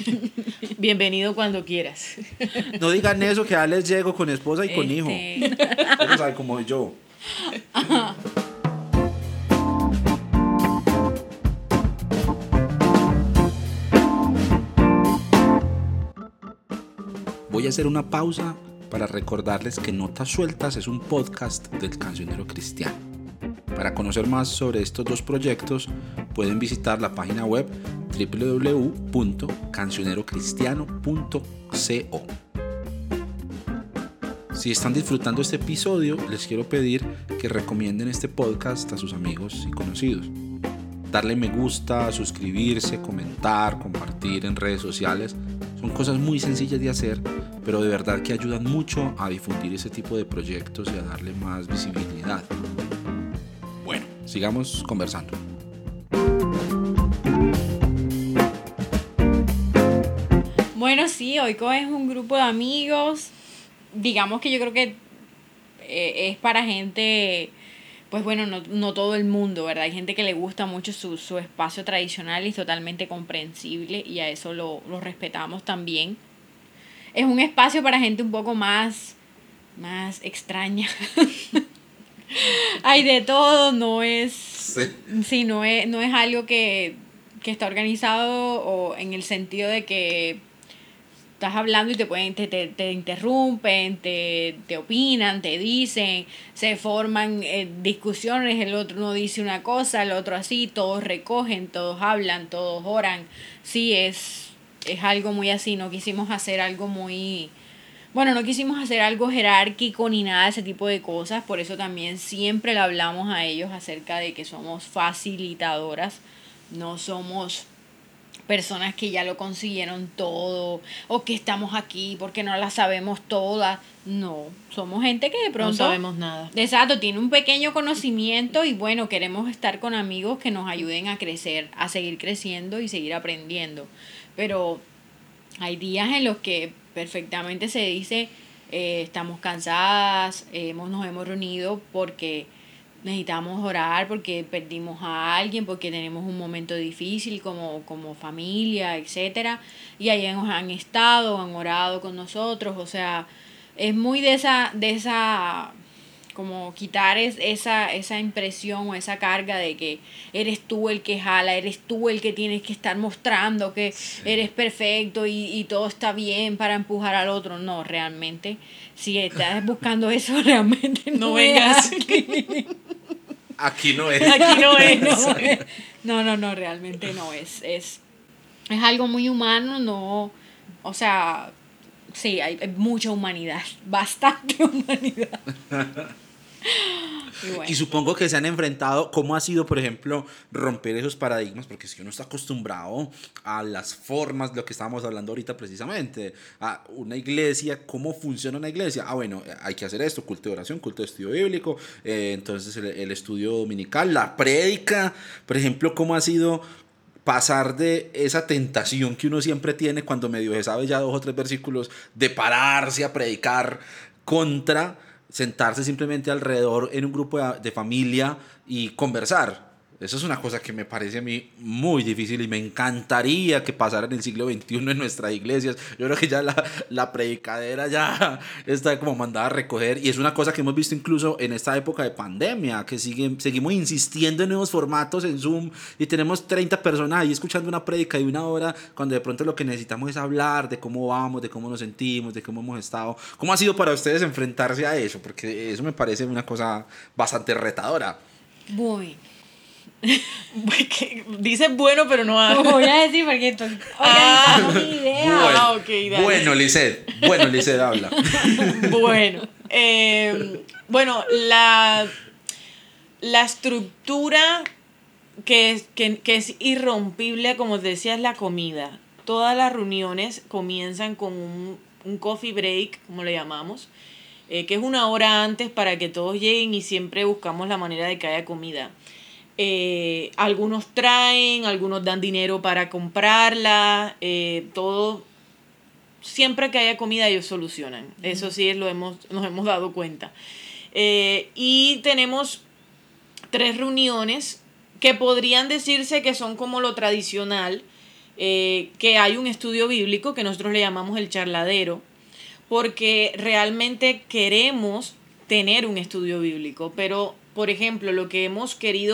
Bienvenido cuando quieras. No digan eso, que ya les llego con esposa y este... con hijo. Ustedes saben cómo soy yo. Ajá. Voy a hacer una pausa para recordarles que Notas Sueltas es un podcast del Cancionero Cristiano. Para conocer más sobre estos dos proyectos, pueden visitar la página web doble u doble u doble u punto cancionero cristiano punto co. Si están disfrutando este episodio, les quiero pedir que recomienden este podcast a sus amigos y conocidos. Darle me gusta, suscribirse, comentar, compartir en redes sociales son cosas muy sencillas de hacer, pero de verdad que ayudan mucho a difundir ese tipo de proyectos y a darle más visibilidad. Bueno, sigamos conversando. Bueno, sí, Oikos es un grupo de amigos. Digamos que yo creo que eh, es para gente, pues bueno, no, no todo el mundo, ¿verdad? Hay gente que le gusta mucho su, su espacio tradicional y es totalmente comprensible y a eso lo, lo respetamos también. Es un espacio para gente un poco más, más extraña. Hay de todo, no es, Sí. sí, no es, no es algo que, que está organizado o en el sentido de que estás hablando y te pueden te, te, te interrumpen, te, te opinan, te dicen, se forman eh, discusiones, el otro no dice una cosa, el otro así, todos recogen, todos hablan, todos oran. Sí, es, es algo muy así, no quisimos hacer algo muy... Bueno, no quisimos hacer algo jerárquico ni nada de ese tipo de cosas, por eso también siempre le hablamos a ellos acerca de que somos facilitadoras, no somos personas que ya lo consiguieron todo o que estamos aquí porque no la sabemos todas. No, somos gente que de pronto... No sabemos nada. Exacto, tiene un pequeño conocimiento y bueno, queremos estar con amigos que nos ayuden a crecer, a seguir creciendo y seguir aprendiendo. Pero hay días en los que perfectamente se dice, eh, estamos cansadas, eh, hemos, nos hemos reunido porque necesitamos orar, porque perdimos a alguien, porque tenemos un momento difícil como, como familia, etcétera. Y ahí han, han estado, han orado con nosotros, o sea, es muy de esa, de esa, como quitar es, esa, esa impresión o esa carga de que eres tú el que jala, eres tú el que tienes que estar mostrando que sí. Eres perfecto y, y todo está bien para empujar al otro. No, realmente, si estás buscando eso, realmente no, no vengas. Aquí. Aquí no es. Aquí no es. No, es. no, no, no, realmente no es. Es, es algo muy humano, no, o sea, sí, hay, hay mucha humanidad, bastante humanidad. Y, bueno. Y supongo que se han enfrentado, ¿cómo ha sido, por ejemplo, romper esos paradigmas? Porque si uno está acostumbrado a las formas, lo que estábamos hablando ahorita precisamente, a una iglesia, ¿cómo funciona una iglesia? Ah, bueno, hay que hacer esto, culto de oración, culto de estudio bíblico, eh, entonces el, el estudio dominical, la prédica, por ejemplo, ¿cómo ha sido pasar de esa tentación que uno siempre tiene cuando medio se sabe ya dos o tres versículos, de pararse a predicar contra... sentarse simplemente alrededor en un grupo de, de familia y conversar? Eso es una cosa que me parece a mí muy difícil y me encantaría que pasara en el siglo veintiuno en nuestras iglesias. Yo creo que ya la, la predicadera ya está como mandada a recoger, y es una cosa que hemos visto incluso en esta época de pandemia, que sigue, seguimos insistiendo en nuevos formatos en Zoom y tenemos treinta personas ahí escuchando una prédica de una hora, cuando de pronto lo que necesitamos es hablar de cómo vamos, de cómo nos sentimos, de cómo hemos estado. ¿Cómo ha sido para ustedes enfrentarse a eso? Porque eso me parece una cosa bastante retadora. Bueno. Dices bueno, pero no hago. Voy a decir porque estoy organizando mi idea. Bueno, ah, okay, bueno, Lisset, bueno, Lisset, habla. Bueno, eh, bueno, la, la estructura que es, que, que es irrompible, como te decía, es la comida. Todas las reuniones comienzan con un, un coffee break, como le llamamos, eh, que es una hora antes para que todos lleguen y siempre buscamos la manera de que haya comida. Eh, algunos traen, algunos dan dinero para comprarla, eh, todo, siempre que haya comida ellos solucionan. Uh-huh. Eso sí lo hemos, nos hemos dado cuenta. Eh, y tenemos tres reuniones que podrían decirse que son como lo tradicional, eh, que hay un estudio bíblico que nosotros le llamamos el charladero, porque realmente queremos tener un estudio bíblico, pero por ejemplo lo que hemos querido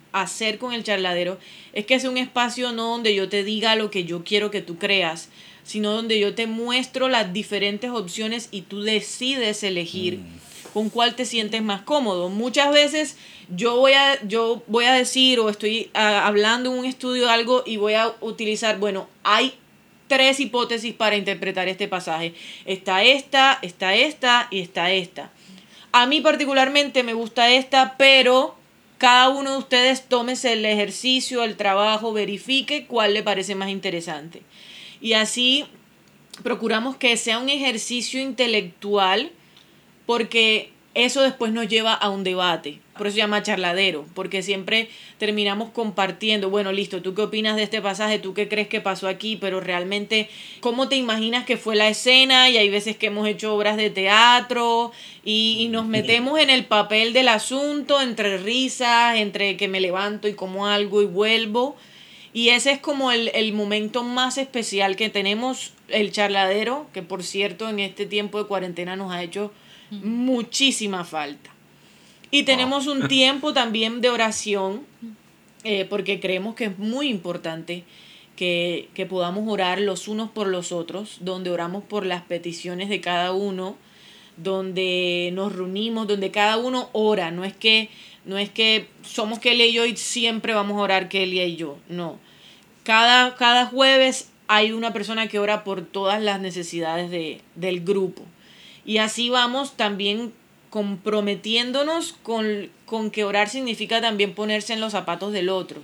hacer con el charladero es que sea un espacio no donde yo te diga lo que yo quiero que tú creas, sino donde yo te muestro las diferentes opciones y tú decides elegir mm. con cuál te sientes más cómodo. Muchas veces yo voy a, yo voy a decir o estoy uh, hablando en un estudio de algo y voy a utilizar, bueno, hay tres hipótesis para interpretar este pasaje. Está esta, está esta y está esta. A mí particularmente me gusta esta, pero cada uno de ustedes tómese el ejercicio, el trabajo, verifique cuál le parece más interesante. Y así procuramos que sea un ejercicio intelectual, porque eso después nos lleva a un debate. Por eso se llama charladero, porque siempre terminamos compartiendo, bueno, listo, ¿tú qué opinas de este pasaje? ¿Tú qué crees que pasó aquí? Pero realmente, ¿cómo te imaginas que fue la escena? Y hay veces que hemos hecho obras de teatro y, y nos metemos en el papel del asunto, entre risas, entre que me levanto y como algo y vuelvo. Y ese es como el, el momento más especial que tenemos, el charladero, que por cierto en este tiempo de cuarentena nos ha hecho muchísima falta. Y tenemos un tiempo también de oración, eh, porque creemos que es muy importante que, que podamos orar los unos por los otros, donde oramos por las peticiones de cada uno, donde nos reunimos, donde cada uno ora. No es que, no es que somos Kelia y yo y siempre vamos a orar Kelia y yo, no. Cada, cada jueves hay una persona que ora por todas las necesidades de, del grupo. Y así vamos también comprometiéndonos con, con que orar significa también ponerse en los zapatos del otro.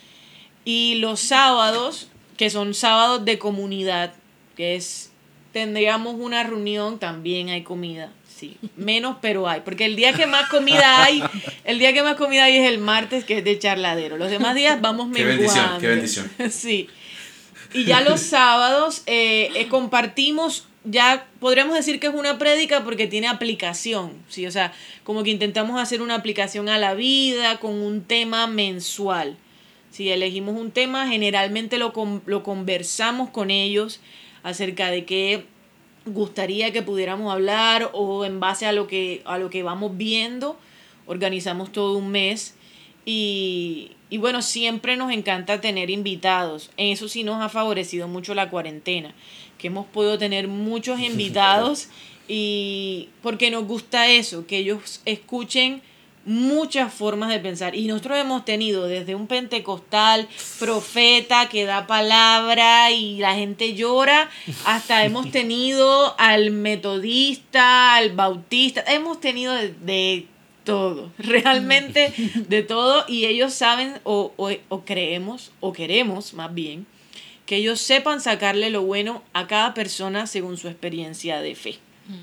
Y los sábados, que son sábados de comunidad, que es, tendríamos una reunión, también hay comida, sí, menos pero hay, porque el día que más comida hay, el día que más comida hay es el martes, que es de charladero. Los demás días vamos menguando. Qué bendición, qué bendición. Sí. Y ya los sábados eh, eh, compartimos. Ya podríamos decir que es una prédica porque tiene aplicación, ¿sí? O sea, como que intentamos hacer una aplicación a la vida con un tema mensual. Si elegimos un tema, generalmente lo, lo conversamos con ellos acerca de qué gustaría que pudiéramos hablar, o en base a lo que, a lo que vamos viendo, organizamos todo un mes. Y, y bueno, siempre nos encanta tener invitados. Eso sí nos ha favorecido mucho la cuarentena, que hemos podido tener muchos invitados, y porque nos gusta eso, que ellos escuchen muchas formas de pensar. Y nosotros hemos tenido desde un pentecostal, profeta que da palabra y la gente llora, hasta hemos tenido al metodista, al bautista, hemos tenido de, de todo, realmente de todo, y ellos saben o, o, o creemos o queremos más bien que ellos sepan sacarle lo bueno a cada persona según su experiencia de fe.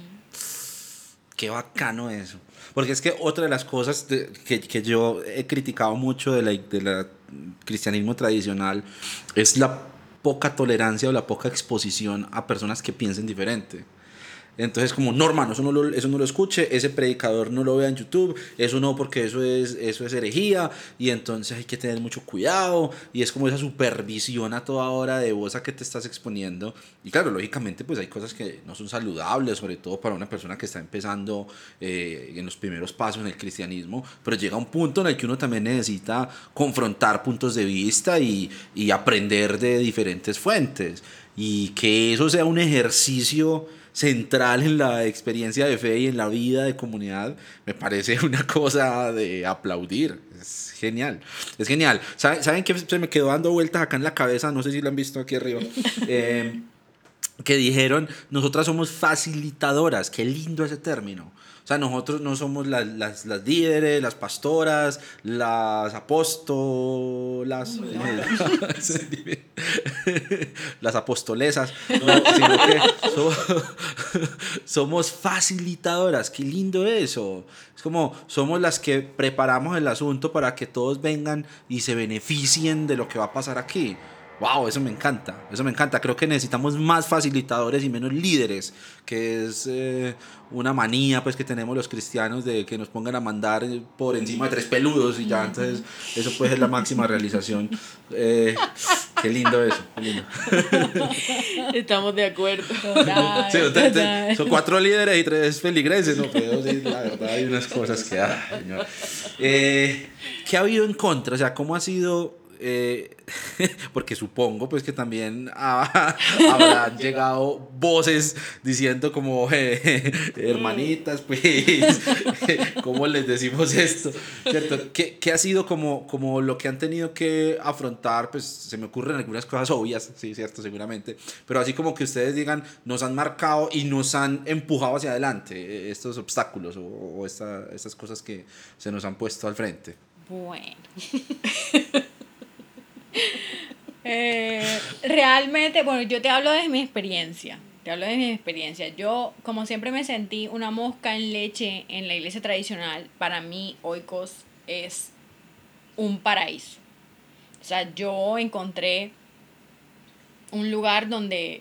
Qué bacano eso. Porque es que otra de las cosas de, que, que yo he criticado mucho de la, de la cristianismo tradicional es la poca tolerancia o la poca exposición a personas que piensen diferente. Entonces, como, no, hermano, eso no lo, eso no lo escuche, ese predicador no lo vea en YouTube, eso no, porque eso es, eso es herejía, y entonces hay que tener mucho cuidado, y es como esa supervisión a toda hora de vos a que te estás exponiendo. Y claro, lógicamente, pues hay cosas que no son saludables, sobre todo para una persona que está empezando eh, en los primeros pasos en el cristianismo, pero llega un punto en el que uno también necesita confrontar puntos de vista y, y aprender de diferentes fuentes, y que eso sea un ejercicio central en la experiencia de fe y en la vida de comunidad, me parece una cosa de aplaudir. Es genial, es genial. ¿Saben, ¿saben qué se me quedó dando vueltas acá en la cabeza? No sé si lo han visto aquí arriba. Eh, que dijeron, nosotras somos facilitadoras. Qué lindo ese término. O sea, nosotros no somos las, las, las líderes, las pastoras, las apóstolas, las, las apostolesas, no, sino que somos, somos facilitadoras. Qué lindo eso. Es como, somos las que preparamos el asunto para que todos vengan y se beneficien de lo que va a pasar aquí. Wow, eso me encanta, eso me encanta. Creo que necesitamos más facilitadores y menos líderes, que es eh, una manía pues que tenemos los cristianos de que nos pongan a mandar por encima de tres peludos y ya, entonces eso puede ser la máxima realización. Eh, qué lindo eso, qué lindo. Estamos de acuerdo. Total, Sí, te- te- total. son cuatro líderes y tres feligreses, no, pero sí, la verdad hay unas cosas que... ah, señor. Eh, ¿Qué ha habido en contra? O sea, ¿cómo ha sido...? Eh, porque supongo pues que también ha- habrán llegado voces diciendo como eh, hermanitas pues ¿cómo les decimos esto? ¿Cierto? ¿Qué, qué ha sido como, como lo que han tenido que afrontar? Pues se me ocurren algunas cosas obvias, sí, cierto, seguramente, pero así como que ustedes digan, nos han marcado y nos han empujado hacia adelante eh, estos obstáculos o, o esta, estas cosas que se nos han puesto al frente. Bueno. Eh, realmente, bueno, yo te hablo de mi experiencia. Te hablo de mi experiencia. Yo, como siempre, me sentí una mosca en leche en la iglesia tradicional. Para mí, Oikos es un paraíso. O sea, yo encontré un lugar donde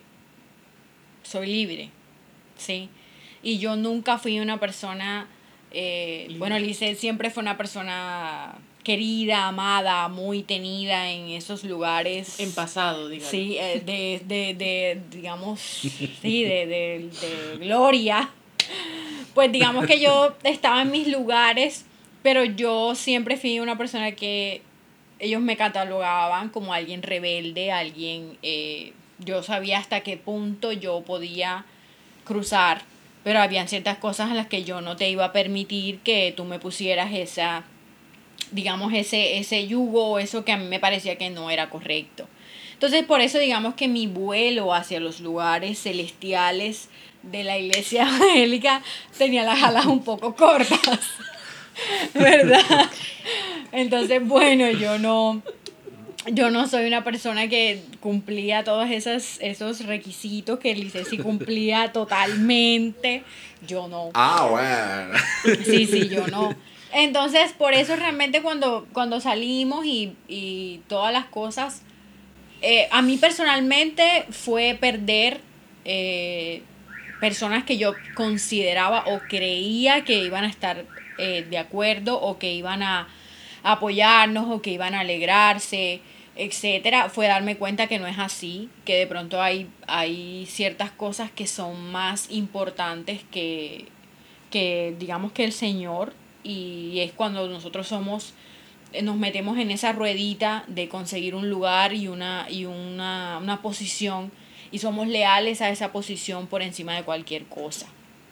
soy libre, ¿sí? Y yo nunca fui una persona, eh, bueno, Lice siempre fue una persona querida, amada, muy tenida en esos lugares. En pasado, digamos. Sí, eh, de, de, de, digamos, sí, de, de, de gloria. Pues digamos que yo estaba en mis lugares, pero yo siempre fui una persona que ellos me catalogaban como alguien rebelde, alguien, eh, yo sabía hasta qué punto yo podía cruzar, pero habían ciertas cosas a las que yo no te iba a permitir que tú me pusieras esa, digamos, ese, ese yugo o eso que a mí me parecía que no era correcto. Entonces, por eso digamos que mi vuelo hacia los lugares celestiales de la iglesia evangélica tenía las alas un poco cortas, ¿verdad? Entonces, bueno, yo no, yo no soy una persona que cumplía todos esos, esos requisitos que el Licey sí cumplía totalmente. Yo no. Ah, bueno. Sí, sí, yo no. Entonces, por eso realmente cuando, cuando salimos y, y todas las cosas, eh, a mí personalmente fue perder eh, personas que yo consideraba o creía que iban a estar eh, de acuerdo o que iban a apoyarnos o que iban a alegrarse, etcétera. Fue darme cuenta que no es así, que de pronto hay, hay ciertas cosas que son más importantes que, que digamos que el Señor, y es cuando nosotros somos nos metemos en esa ruedita de conseguir un lugar y una y una, una posición y somos leales a esa posición por encima de cualquier cosa.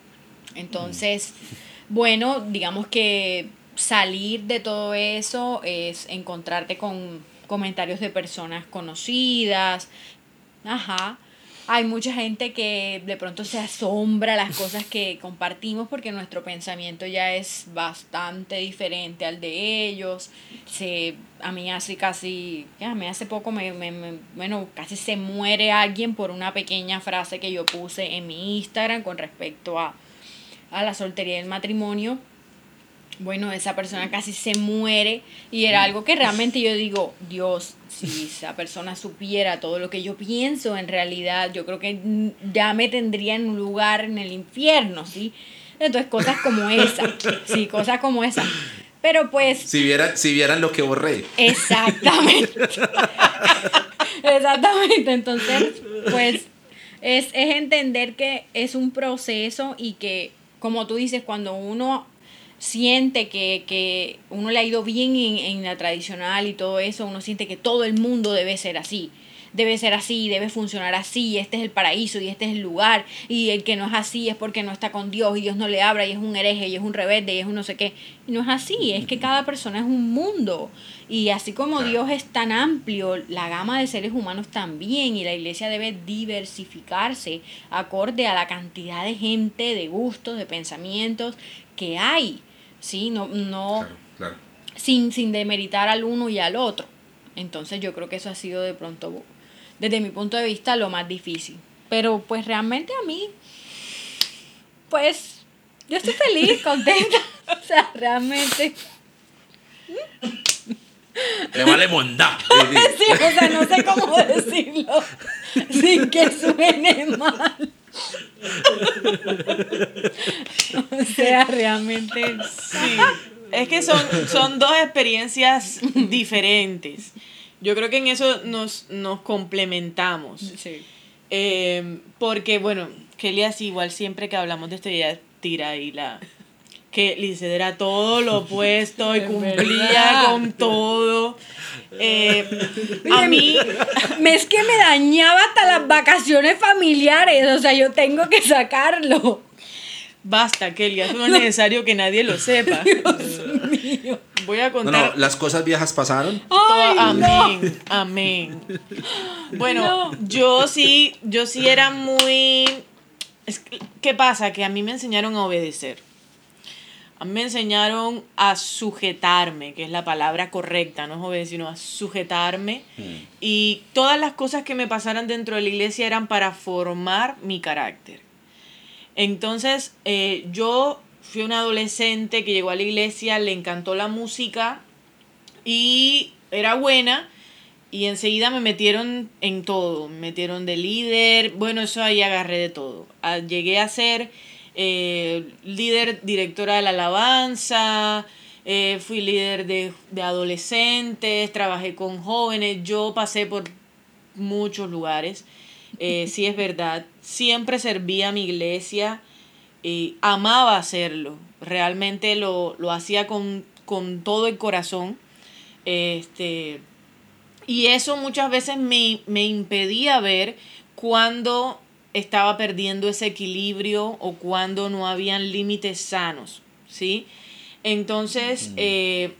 Entonces, bueno, digamos que salir de todo eso es encontrarte con comentarios de personas conocidas. Ajá. Hay mucha gente que de pronto se asombra las cosas que compartimos porque nuestro pensamiento ya es bastante diferente al de ellos. Se, a mí hace casi, a mí hace poco, me, me, me, bueno, casi se muere alguien por una pequeña frase que yo puse en mi Instagram con respecto a, a la soltería y el matrimonio. Bueno, esa persona casi se muere y era algo que realmente yo digo, Dios, si esa persona supiera todo lo que yo pienso en realidad, yo creo que ya me tendría en un lugar en el infierno, ¿sí? Entonces, cosas como esa, sí, cosas como esa. Pero pues... Si vieran, si vieran lo que borré. Exactamente. Exactamente. Entonces, pues, es, es entender que es un proceso y que, como tú dices, cuando uno siente que, que uno le ha ido bien en, en la tradicional y todo eso, uno siente que todo el mundo debe ser así, debe ser así, debe funcionar así, este es el paraíso y este es el lugar, y el que no es así es porque no está con Dios y Dios no le habla y es un hereje y es un rebelde y es un no sé qué. Y no es así, es que cada persona es un mundo, y así como Claro. Dios es tan amplio, la gama de seres humanos también, y la iglesia debe diversificarse acorde a la cantidad de gente, de gustos, de pensamientos que hay. Sí, no, no Claro, claro. sin, sin demeritar al uno y al otro. Entonces yo creo que eso ha sido de pronto, desde mi punto de vista, lo más difícil. Pero pues realmente a mí, pues yo estoy feliz, contenta. O sea, realmente. Le vale mondá. Sí, o sea, no sé cómo decirlo sin que suene mal. O sea, realmente Sí. Es que son, son dos experiencias diferentes. Yo creo que en eso nos, nos complementamos. sí. Eh, porque, bueno, Kelly así igual siempre que hablamos de esto, ella tira ahí la... Que Lizeth era todo lo opuesto y Es cumplía verdad. con todo. Eh, a Oye, mí... me- es que me dañaba hasta las vacaciones familiares, o sea, yo tengo que sacarlo. Basta, Kelly, eso no es necesario que nadie lo sepa. Voy a No, contar... no, las cosas viejas pasaron. Ay, Toda- no. amén, amén. Bueno, No. yo sí, yo sí era muy... es que- ¿Qué pasa? Que a mí me enseñaron a obedecer. A mí me enseñaron a sujetarme, que es la palabra correcta, no es obedecer, sino a sujetarme. Y todas las cosas que me pasaran dentro de la iglesia eran para formar mi carácter. Entonces, eh, yo fui una adolescente que llegó a la iglesia, le encantó la música y era buena. Y enseguida me metieron en todo, me metieron de líder, bueno, eso ahí agarré de todo. Ah, llegué a ser eh, líder, directora de la alabanza, eh, fui líder de, de adolescentes, trabajé con jóvenes, yo pasé por muchos lugares, eh, sí es verdad, siempre serví a mi iglesia y amaba hacerlo, realmente lo, lo hacía con, con todo el corazón, este... Y eso muchas veces me, me impedía ver cuando estaba perdiendo ese equilibrio o cuando no habían límites sanos, ¿sí? Entonces, eh,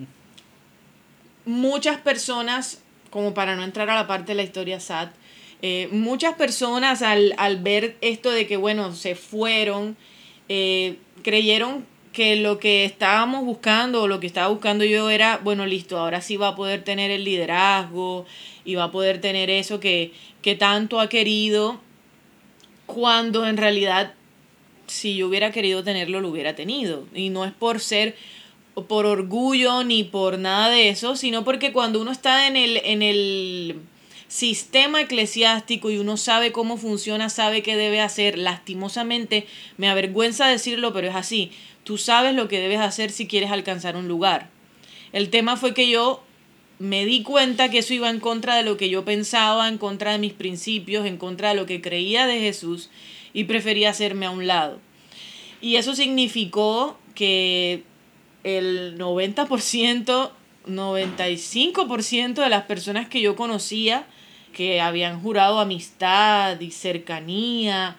muchas personas, como para no entrar a la parte de la historia sad, eh, muchas personas al, al ver esto de que, bueno, se fueron, eh, creyeron que lo que estábamos buscando o lo que estaba buscando yo era, bueno, listo, ahora sí va a poder tener el liderazgo y va a poder tener eso que, que tanto ha querido, cuando en realidad si yo hubiera querido tenerlo, lo hubiera tenido. Y no es por ser, por orgullo ni por nada de eso, sino porque cuando uno está en el, en el sistema eclesiástico y uno sabe cómo funciona, sabe qué debe hacer, lastimosamente, me avergüenza decirlo, pero es así. Tú sabes lo que debes hacer si quieres alcanzar un lugar. El tema fue que yo me di cuenta que eso iba en contra de lo que yo pensaba, en contra de mis principios, en contra de lo que creía de Jesús, y preferí hacerme a un lado. Y eso significó que el noventa por ciento, noventa y cinco por ciento de las personas que yo conocía, que habían jurado amistad y cercanía,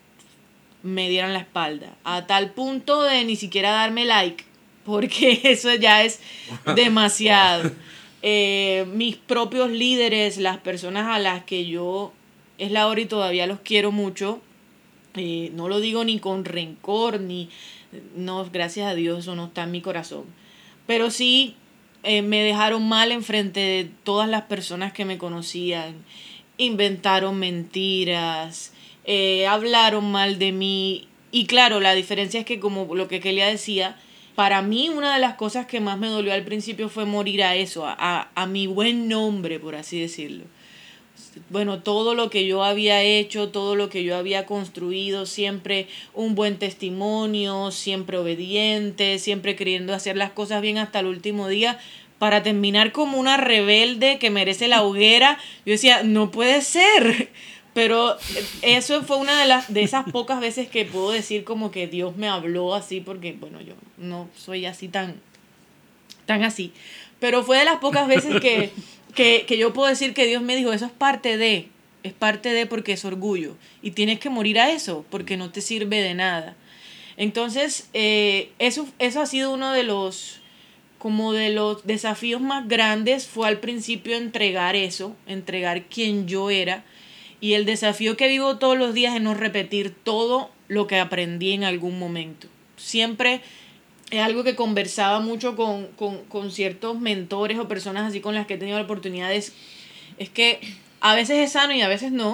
me dieran la espalda. A tal punto de ni siquiera darme like, porque eso ya es demasiado. Eh, mis propios líderes, las personas a las que yo es la hora y todavía los quiero mucho, eh, no lo digo ni con rencor, ni, no, gracias a Dios eso no está en mi corazón, pero sí eh, me dejaron mal enfrente de todas las personas que me conocían, inventaron mentiras, eh, hablaron mal de mí, y claro, la diferencia es que, como lo que Kelia decía, para mí una de las cosas que más me dolió al principio fue morir a eso, a, a, a mi buen nombre, por así decirlo. Bueno, todo lo que yo había hecho, todo lo que yo había construido, siempre un buen testimonio, siempre obediente, siempre queriendo hacer las cosas bien hasta el último día, para terminar como una rebelde que merece la hoguera. Yo decía, no puede ser. Pero eso fue una de las de esas pocas veces que puedo decir como que Dios me habló así, porque bueno, yo no soy así tan, tan así. Pero fue de las pocas veces que, que, que yo puedo decir que Dios me dijo, eso es parte de, es parte de porque es orgullo. Y tienes que morir a eso, porque no te sirve de nada. Entonces, eh, eso, eso ha sido uno de los, como de los desafíos más grandes, fue al principio entregar eso, entregar quien yo era. Y el desafío que vivo todos los días es no repetir todo lo que aprendí en algún momento. Siempre es algo que conversaba mucho con, con, con ciertos mentores o personas así con las que he tenido la oportunidad de, es que a veces es sano y a veces no,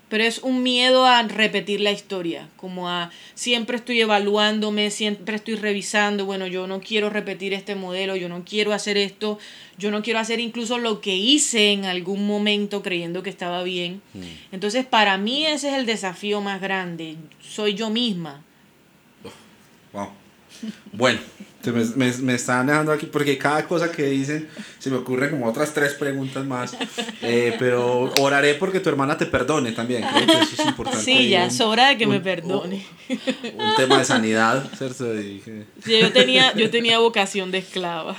pero es un miedo a repetir la historia, como a siempre estoy evaluándome, siempre estoy revisando, bueno, yo no quiero repetir este modelo, yo no quiero hacer esto, yo no quiero hacer incluso lo que hice en algún momento creyendo que estaba bien. Mm. Entonces, para mí ese es el desafío más grande, soy yo misma. Wow. Bueno, me, me, me están dejando aquí porque cada cosa que dicen se me ocurren como otras tres preguntas más. Eh, pero oraré porque tu hermana te perdone también. Creo que eso es importante. Sí, ya un, es hora de que un, me perdone. Un, un tema de sanidad, ¿cierto? Y que... sí, yo tenía, yo tenía vocación de esclava.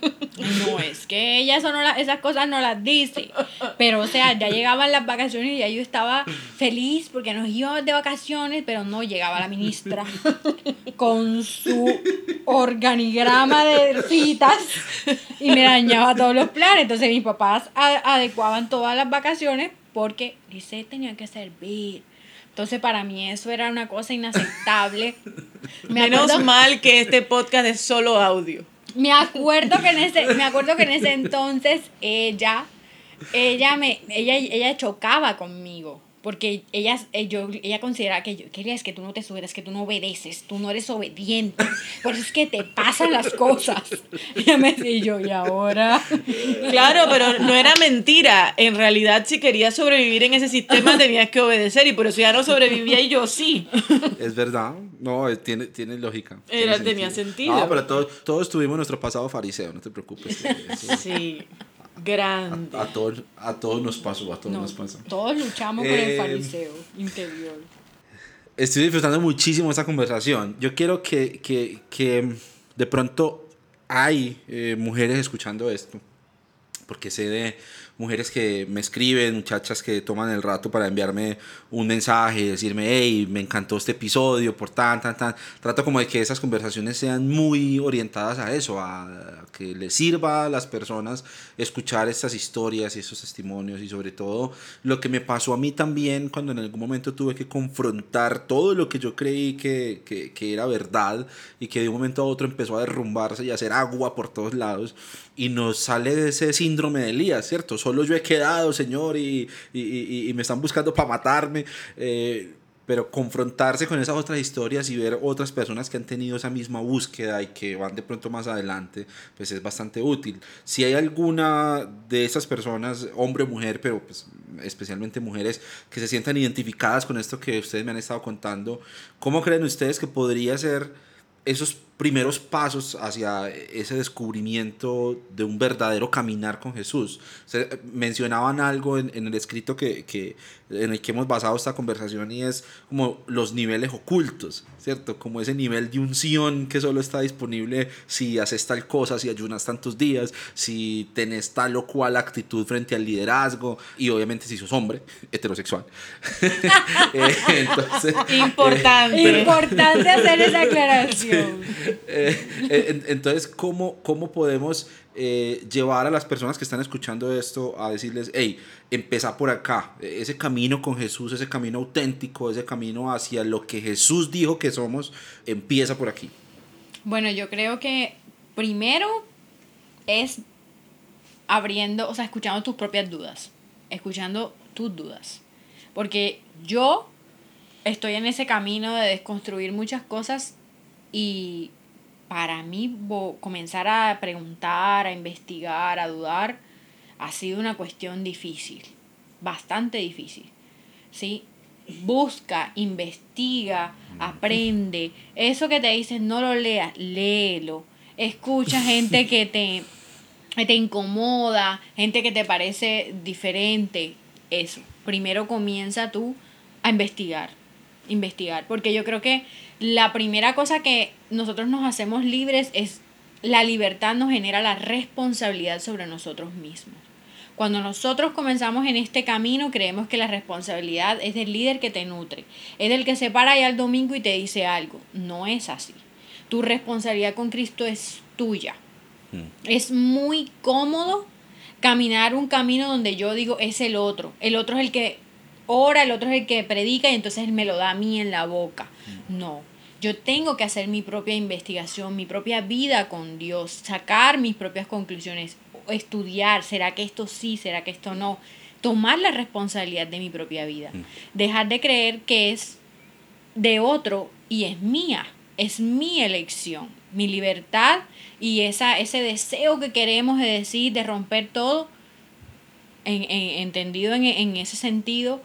No, es que ella eso no la, esas cosas no las dice. Pero, o sea, ya llegaban las vacaciones y ya yo estaba feliz porque nos íbamos de vacaciones, pero no llegaba la ministra con su organigrama de citas y me dañaba todos los planes. Entonces mis papás a- adecuaban todas las vacaciones porque dice tenía que servir. Entonces para mí eso era una cosa inaceptable. Me Menos acuerdo, mal que este podcast es solo audio. Me acuerdo que en ese, me acuerdo que en ese entonces ella, ella me, ella, ella chocaba conmigo. Porque ella, yo, ella considera que yo, que es que tú no te sujetas, que tú no obedeces, tú no eres obediente, por eso es que te pasan las cosas. Y ella me decía, y yo, y ahora. Claro, pero no era mentira. En realidad, si querías sobrevivir en ese sistema, tenías que obedecer, y por eso ya no sobrevivía y yo sí. Es verdad, no, tiene, tiene lógica. Era, tiene tenía sentido. No, pero todos, todos tuvimos nuestro pasado fariseo, no te preocupes. Eso, sí. Grande. A, a, todos, a todos nos pasó, a todos no, nos pasó. Todos luchamos eh, con el fariseo interior. Estoy disfrutando muchísimo esta conversación. Yo quiero que, que, que de pronto hay eh, mujeres escuchando esto, porque sé de mujeres que me escriben, muchachas que toman el rato para enviarme un mensaje, decirme, hey, me encantó este episodio, por tan, tan, tan. Trato como de que esas conversaciones sean muy orientadas a eso, a que les sirva a las personas escuchar estas historias y estos testimonios, y sobre todo lo que me pasó a mí también cuando en algún momento tuve que confrontar todo lo que yo creí que, que, que era verdad, y que de un momento a otro empezó a derrumbarse y a hacer agua por todos lados, y nos sale de ese síndrome de Elías, ¿cierto? Solo yo he quedado, Señor, y, y, y, y me están buscando para matarme. Eh, pero confrontarse con esas otras historias y ver otras personas que han tenido esa misma búsqueda y que van de pronto más adelante, pues es bastante útil. Si hay alguna de esas personas, hombre o mujer, pero pues especialmente mujeres, que se sientan identificadas con esto que ustedes me han estado contando, ¿cómo creen ustedes que podría ser esos primeros pasos hacia ese descubrimiento de un verdadero caminar con Jesús? Ustedes mencionaban algo en, en el escrito que, que, en el que hemos basado esta conversación, y es como los niveles ocultos, ¿cierto? Como ese nivel de unción que solo está disponible si haces tal cosa, si ayunas tantos días, si tenés tal o cual actitud frente al liderazgo, y obviamente si sos hombre, heterosexual. eh, entonces, Importante. Eh, Importante hacer esa aclaración. Eh, entonces, ¿cómo, cómo podemos eh, llevar a las personas que están escuchando esto a decirles, hey, empieza por acá, ese camino con Jesús, ese camino auténtico, ese camino hacia lo que Jesús dijo que somos, empieza por aquí? Bueno, yo creo que primero es abriendo, o sea, escuchando tus propias dudas, escuchando tus dudas, porque yo estoy en ese camino de desconstruir muchas cosas. Y para mí bo- comenzar a preguntar, a investigar, a dudar, ha sido una cuestión difícil, bastante difícil, ¿sí? Busca, investiga, aprende. Eso que te dicen, no lo leas, léelo. Escucha gente que te, que te incomoda, gente que te parece diferente. Eso. Primero comienza tú a investigar. Investigar. Porque yo creo que la primera cosa que nosotros nos hacemos libres es la libertad, nos genera la responsabilidad sobre nosotros mismos. Cuando nosotros comenzamos en este camino, creemos que la responsabilidad es del líder que te nutre, es del que se para ahí al domingo y te dice algo. No es así. Tu responsabilidad con Cristo es tuya. Mm. Es muy cómodo caminar un camino donde yo digo, es el otro. El otro es el que ora, el otro es el que predica y entonces él me lo da a mí en la boca. No, yo tengo que hacer mi propia investigación, mi propia vida con Dios, sacar mis propias conclusiones, estudiar, ¿será que esto sí, será que esto no? tomar la responsabilidad de mi propia vida, dejar de creer que es de otro y es mía, es mi elección, mi libertad y esa, ese deseo que queremos de decir, de romper todo, en, en, entendido en, en ese sentido,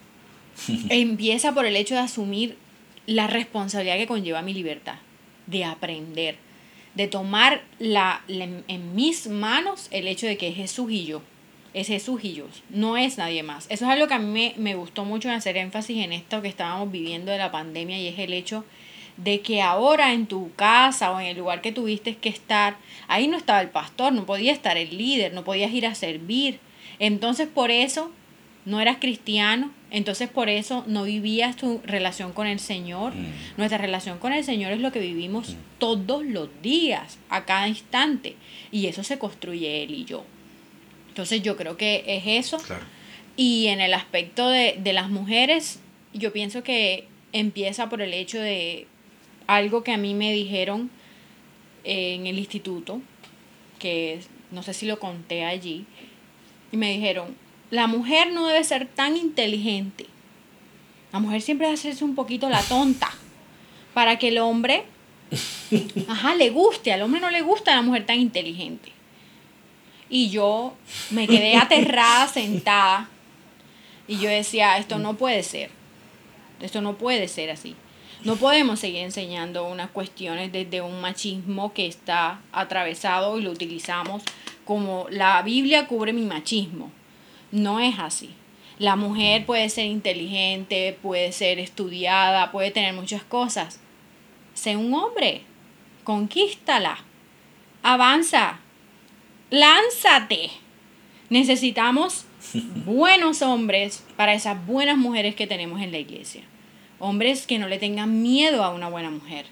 empieza por el hecho de asumir la responsabilidad que conlleva mi libertad, de aprender, de tomar la, la, en mis manos el hecho de que es Jesús y yo. Es Jesús y yo, no es nadie más. Eso es algo que a mí me, me gustó mucho en hacer énfasis en esto que estábamos viviendo de la pandemia, y es el hecho de que ahora en tu casa o en el lugar que tuviste que estar, ahí no estaba el pastor, no podía estar el líder, no podías ir a servir. Entonces por eso no eras cristiano, entonces por eso no vivías tu relación con el Señor. Mm. Nuestra relación con el Señor es lo que vivimos mm. todos los días, a cada instante, y eso se construye Él y yo. Entonces yo creo que es eso. Claro. Y en el aspecto de, de las mujeres, yo pienso que empieza por el hecho de algo que a mí me dijeron en el instituto, que no sé si lo conté allí, y me dijeron, la mujer no debe ser tan inteligente. La mujer siempre debe hacerse un poquito la tonta para que el hombre, ajá, le guste. Al hombre no le gusta a la mujer tan inteligente. Y yo me quedé aterrada, sentada, y yo decía, esto no puede ser, esto no puede ser así. No podemos seguir enseñando unas cuestiones desde un machismo que está atravesado y lo utilizamos como la Biblia cubre mi machismo. No es así. La mujer puede ser inteligente, puede ser estudiada, puede tener muchas cosas. Sé un hombre, conquístala, avanza. ¡Lánzate! Necesitamos buenos hombres para esas buenas mujeres que tenemos en la iglesia. Hombres que no le tengan miedo a una buena mujer.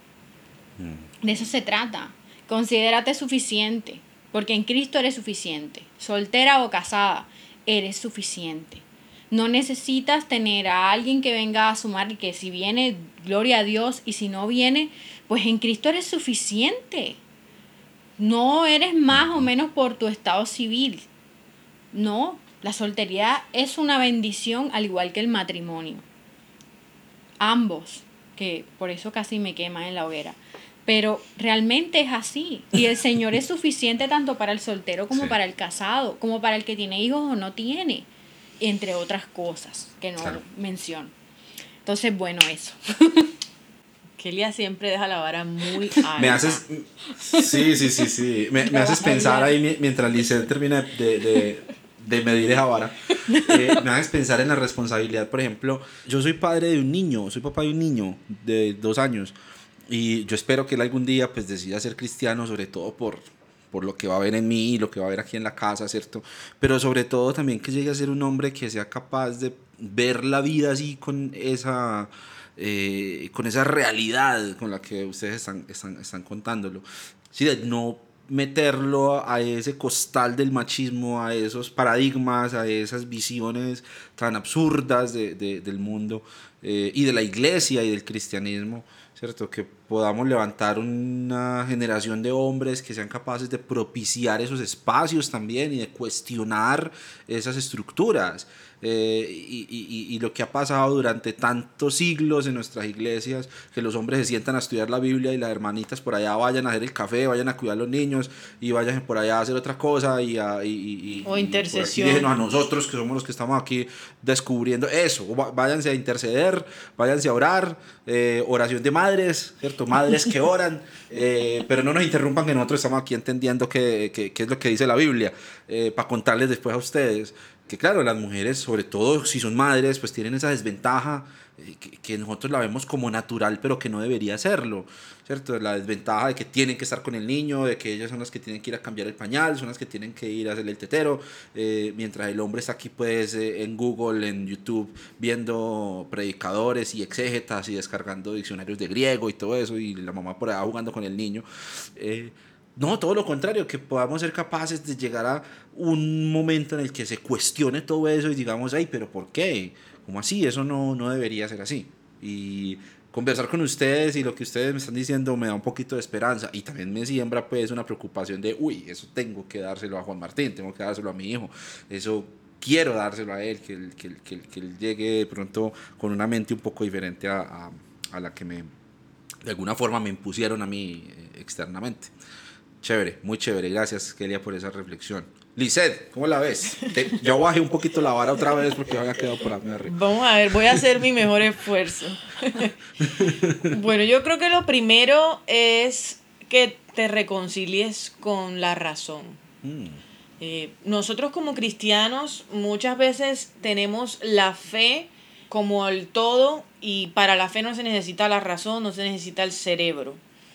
De eso se trata. Considérate suficiente, porque en Cristo eres suficiente. Soltera o casada, eres suficiente. No necesitas tener a alguien que venga a sumar, y que si viene, gloria a Dios, y si no viene, pues en Cristo eres suficiente. No eres más o menos por tu estado civil. No, la soltería es una bendición al igual que el matrimonio. Ambos, que por eso casi me queman en la hoguera. Pero realmente es así. Y el Señor es suficiente tanto para el soltero como sí. para el casado, como para el que tiene hijos o no tiene, entre otras cosas que no claro. menciono. Entonces, bueno, eso. Kelia siempre deja la vara muy alta. Me haces, sí, sí, sí, sí. Me, me haces pensar ahí mientras Lisette termina de, de, de medir esa vara. Eh, me haces pensar en la responsabilidad. Por ejemplo, yo soy padre de un niño, soy papá de un niño de dos años. Y yo espero que él algún día pues decida ser cristiano, sobre todo por, por lo que va a ver en mí y lo que va a ver aquí en la casa, ¿cierto? Pero sobre todo también que llegue a ser un hombre que sea capaz de ver la vida así con esa... Eh, con esa realidad con la que ustedes están, están, están contándolo. Sí, de no meterlo a ese costal del machismo, a esos paradigmas, a esas visiones tan absurdas de, de, del mundo eh, y de la iglesia y del cristianismo, ¿cierto? Que podamos levantar una generación de hombres que sean capaces de propiciar esos espacios también y de cuestionar esas estructuras. Eh, y, y, y lo que ha pasado durante tantos siglos en nuestras iglesias, que los hombres se sientan a estudiar la Biblia y las hermanitas por allá vayan a hacer el café, vayan a cuidar a los niños y vayan por allá a hacer otra cosa y, a, y, y, o intercesión. Y déjenos a nosotros que somos los que estamos aquí descubriendo eso. Váyanse a interceder, váyanse a orar, eh, oración de madres, ¿cierto? Madres que oran, eh, pero no nos interrumpan que nosotros estamos aquí entendiendo qué, qué, qué es lo que dice la Biblia, eh, para contarles después a ustedes. Que claro, las mujeres, sobre todo si son madres, pues tienen esa desventaja eh, que, que nosotros la vemos como natural, pero que no debería serlo, ¿cierto? La desventaja de que tienen que estar con el niño, de que ellas son las que tienen que ir a cambiar el pañal, son las que tienen que ir a hacerle el tetero, eh, mientras el hombre está aquí pues eh, en Google, en YouTube, viendo predicadores y exégetas y descargando diccionarios de griego y todo eso, y la mamá por allá jugando con el niño. Eh, No, todo lo contrario, que podamos ser capaces de llegar a un momento en el que se cuestione todo eso y digamos, ay, pero ¿por qué? ¿Cómo así? Eso no, no debería ser así. Y conversar con ustedes y lo que ustedes me están diciendo me da un poquito de esperanza y también me siembra pues una preocupación de, uy, eso tengo que dárselo a Juan Martín, tengo que dárselo a mi hijo, eso quiero dárselo a él, que él, que él, que él, que él llegue de pronto con una mente un poco diferente a, a, a la que me, de alguna forma me impusieron a mí eh, externamente. Chévere, muy chévere, gracias Kelia por esa reflexión. Lizeth, ¿cómo la ves? Te, yo bajé un poquito la vara otra vez porque había quedado por arriba. Vamos a ver, voy a hacer mi mejor esfuerzo. Bueno, yo creo que lo primero es que te reconcilies con la razón. Mm. Eh, nosotros como cristianos muchas veces tenemos la fe como el todo, y para la fe no se necesita la razón, no se necesita el cerebro.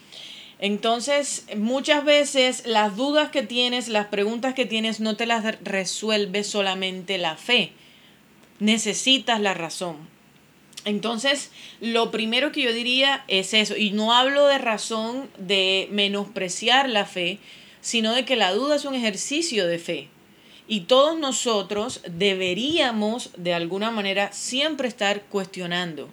Entonces, muchas veces las dudas que tienes, las preguntas que tienes, no te las resuelve solamente la fe. Necesitas la razón. Entonces, lo primero que yo diría es eso. Y no hablo de razón de menospreciar la fe, sino de que la duda es un ejercicio de fe. Y todos nosotros deberíamos, de alguna manera, siempre estar cuestionando.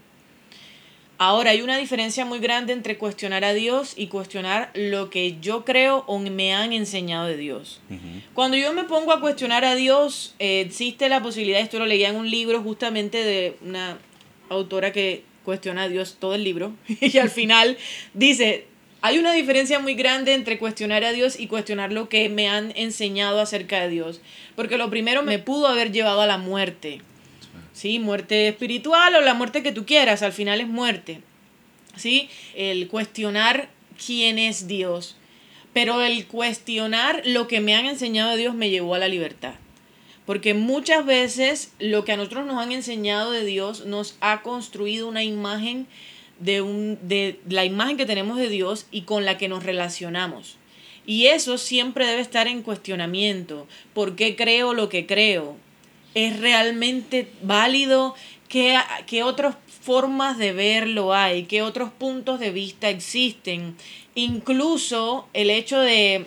Ahora, hay una diferencia muy grande entre cuestionar a Dios y cuestionar lo que yo creo o me han enseñado de Dios. Uh-huh. Cuando yo me pongo a cuestionar a Dios, eh, existe la posibilidad, esto lo leía en un libro justamente de una autora que cuestiona a Dios todo el libro, y al final dice, hay una diferencia muy grande entre cuestionar a Dios y cuestionar lo que me han enseñado acerca de Dios. Porque lo primero me pudo haber llevado a la muerte. ¿Sí? Muerte espiritual o la muerte que tú quieras, al final es muerte. ¿Sí? El cuestionar quién es Dios. Pero el cuestionar lo que me han enseñado de Dios me llevó a la libertad. Porque muchas veces lo que a nosotros nos han enseñado de Dios nos ha construido una imagen de, un, de la imagen que tenemos de Dios y con la que nos relacionamos. Y eso siempre debe estar en cuestionamiento. ¿Por qué creo lo que creo? ¿Es realmente válido? ¿Qué, qué otras formas de verlo hay? ¿Qué otros puntos de vista existen? Incluso el hecho de,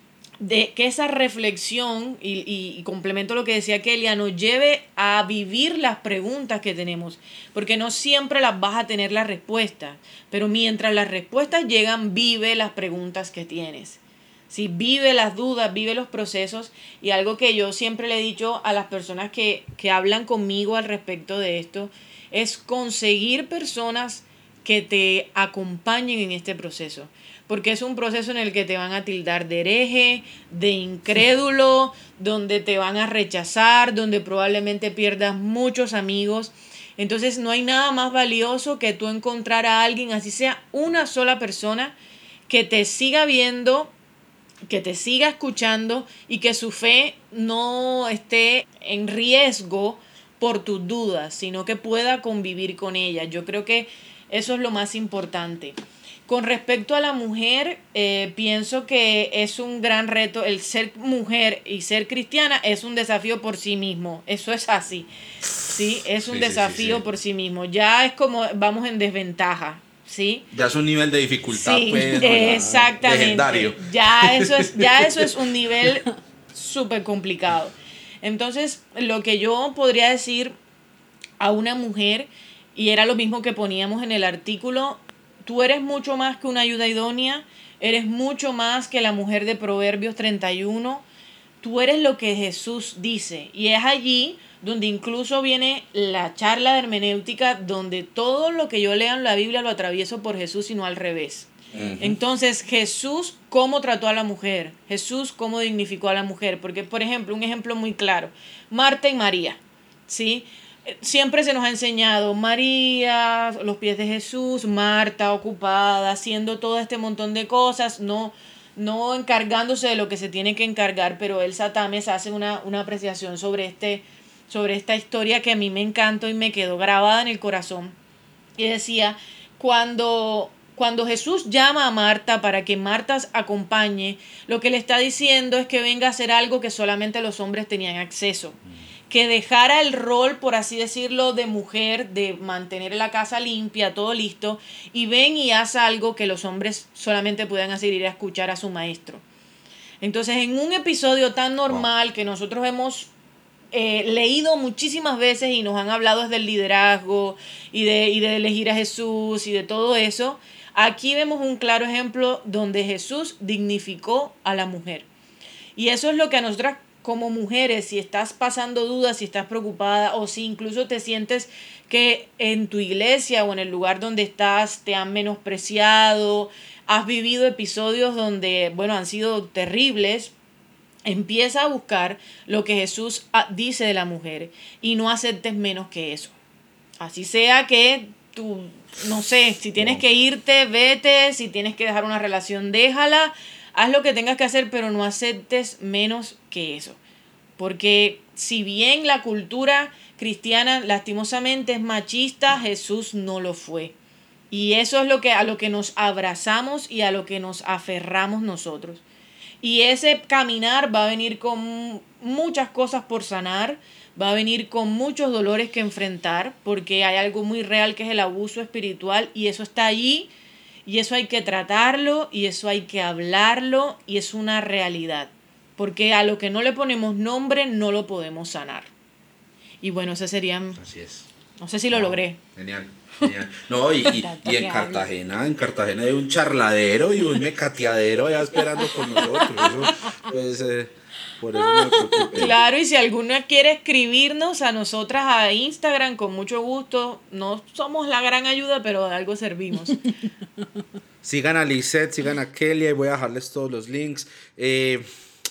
de que esa reflexión, y, y, y complemento lo que decía Kelia, nos lleve a vivir las preguntas que tenemos. Porque no siempre las vas a tener las respuestas. Pero mientras las respuestas llegan, vive las preguntas que tienes. Sí, vive las dudas, vive los procesos. Y algo que yo siempre le he dicho a las personas que, que hablan conmigo al respecto de esto es conseguir personas que te acompañen en este proceso. Porque es un proceso en el que te van a tildar de hereje, de incrédulo, donde te van a rechazar, donde probablemente pierdas muchos amigos. Entonces no hay nada más valioso que tú encontrar a alguien, así sea una sola persona, que te siga viendo, que te siga escuchando y que su fe no esté en riesgo por tus dudas, sino que pueda convivir con ella. Yo creo que eso es lo más importante. Con respecto a la mujer, eh, pienso que es un gran reto. El ser mujer y ser cristiana es un desafío por sí mismo. Eso es así. Sí, es un sí, desafío sí, sí, sí. por sí mismo. Ya es como vamos en desventaja. ¿Sí? Ya es un nivel de dificultad, sí, pues, ¿no? Exactamente. Legendario. Ya eso es, ya eso es un nivel súper complicado. Entonces, lo que yo podría decir a una mujer, y era lo mismo que poníamos en el artículo, tú eres mucho más que una ayuda idónea, eres mucho más que la mujer de Proverbios treinta y uno, tú eres lo que Jesús dice. Y es allí donde incluso viene la charla de hermenéutica, donde todo lo que yo lea en la Biblia lo atravieso por Jesús y no al revés. Uh-huh. Entonces, Jesús, ¿cómo trató a la mujer? Jesús, ¿cómo dignificó a la mujer? Porque, por ejemplo, un ejemplo muy claro, Marta y María, ¿sí? Siempre se nos ha enseñado María, los pies de Jesús, Marta ocupada, haciendo todo este montón de cosas, no, no encargándose de lo que se tiene que encargar, pero Elsa Tames hace una, una apreciación sobre este sobre esta historia que a mí me encantó y me quedó grabada en el corazón. Y decía, cuando, cuando Jesús llama a Marta para que Marta acompañe, lo que le está diciendo es que venga a hacer algo que solamente los hombres tenían acceso. Que dejara el rol, por así decirlo, de mujer, de mantener la casa limpia, todo listo, y ven y haz algo que los hombres solamente puedan hacer, ir a escuchar a su maestro. Entonces, en un episodio tan normal wow. que nosotros hemos Eh, leído muchísimas veces y nos han hablado del liderazgo y de, y de elegir a Jesús y de todo eso, aquí vemos un claro ejemplo donde Jesús dignificó a la mujer. Y eso es lo que a nosotras como mujeres, si estás pasando dudas, si estás preocupada o si incluso te sientes que en tu iglesia o en el lugar donde estás te han menospreciado, has vivido episodios donde, bueno, han sido terribles, empieza a buscar lo que Jesús dice de la mujer y no aceptes menos que eso. Así sea que tú, no sé, si tienes que irte, vete, si tienes que dejar una relación, déjala, haz lo que tengas que hacer, pero no aceptes menos que eso. Porque si bien la cultura cristiana lastimosamente es machista, Jesús no lo fue. Y eso es lo que, a lo que nos abrazamos y a lo que nos aferramos nosotros. Y ese caminar va a venir con muchas cosas por sanar, va a venir con muchos dolores que enfrentar, porque hay algo muy real que es el abuso espiritual y eso está allí y eso hay que tratarlo y eso hay que hablarlo y es una realidad. Porque a lo que no le ponemos nombre no lo podemos sanar. Y bueno, ese serían... Así es. No sé si lo no, logré. Genial. Genial. No, y, y, y en Cartagena, en Cartagena hay un charladero y un mecateadero allá esperando con nosotros. Eso, pues, eh, por eso no me preocupe. Claro, y si alguna quiere escribirnos a nosotras a Instagram, con mucho gusto. No somos la gran ayuda, pero de algo servimos. Sigan a Lisette, sigan a Kelly, y voy a dejarles todos los links. Eh,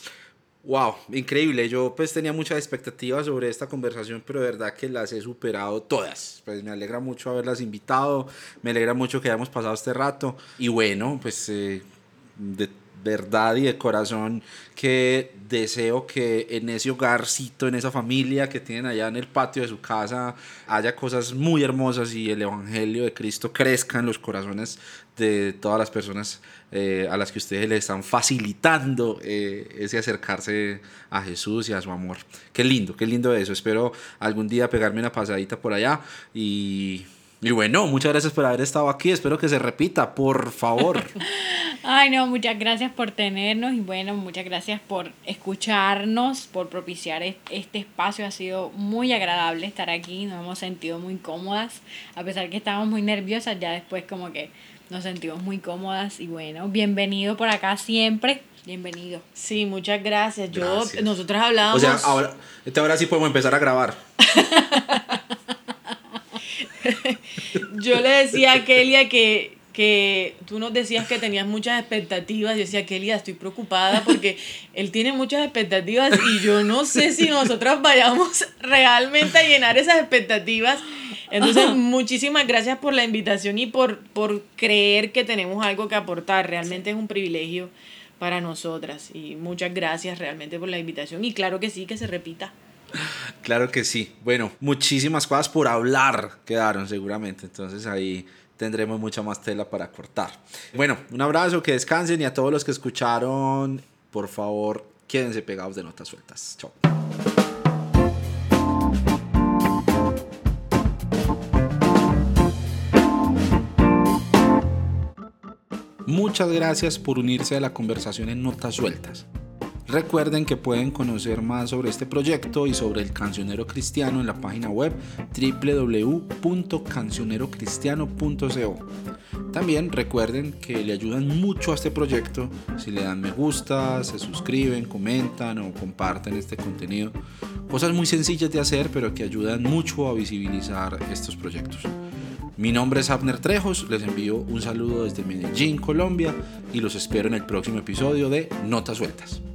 Wow, increíble. Yo pues tenía muchas expectativas sobre esta conversación, pero de verdad que las he superado todas. Pues me alegra mucho haberlas invitado, me alegra mucho que hayamos pasado este rato. Y bueno, pues eh, de verdad y de corazón que deseo que en ese hogarcito, en esa familia que tienen allá en el patio de su casa, haya cosas muy hermosas y el evangelio de Cristo crezca en los corazones de todas las personas eh, a las que ustedes le están facilitando eh, ese acercarse a Jesús y a su amor. Qué lindo, qué lindo eso. Espero algún día pegarme una pasadita por allá y... Y bueno, muchas gracias por haber estado aquí. Espero que se repita, por favor. Ay, no, muchas gracias por tenernos y bueno, muchas gracias por escucharnos, por propiciar este espacio. Ha sido muy agradable estar aquí, nos hemos sentido muy cómodas, a pesar que estábamos muy nerviosas, ya después como que nos sentimos muy cómodas y bueno, bienvenido por acá siempre. Bienvenido. Sí, muchas gracias. Yo, Gracias. Nosotros hablábamos... O sea, ahora, ahora sí podemos empezar a grabar. Yo le decía a Kelia que, que tú nos decías que tenías muchas expectativas. Yo decía, Kelia, estoy preocupada porque él tiene muchas expectativas y yo no sé si nosotros vayamos realmente a llenar esas expectativas. Entonces, muchísimas gracias por la invitación y por, por creer que tenemos algo que aportar. Realmente es un privilegio para nosotras y muchas gracias realmente por la invitación y claro que sí, que se repita. Claro que sí. Bueno, muchísimas cosas por hablar quedaron seguramente. Entonces ahí tendremos mucha más tela para cortar. Bueno, un abrazo, que descansen y a todos los que escucharon, por favor, quédense pegados de Notas Sueltas. Chao. Muchas gracias por unirse a la conversación en Notas Sueltas. Recuerden que pueden conocer más sobre este proyecto y sobre el Cancionero Cristiano en la página web doble u doble u doble u punto cancionero cristiano punto co. También recuerden que le ayudan mucho a este proyecto si le dan me gusta, se suscriben, comentan o comparten este contenido. Cosas muy sencillas de hacer, pero que ayudan mucho a visibilizar estos proyectos. Mi nombre es Abner Trejos, les envío un saludo desde Medellín, Colombia, y los espero en el próximo episodio de Notas Sueltas.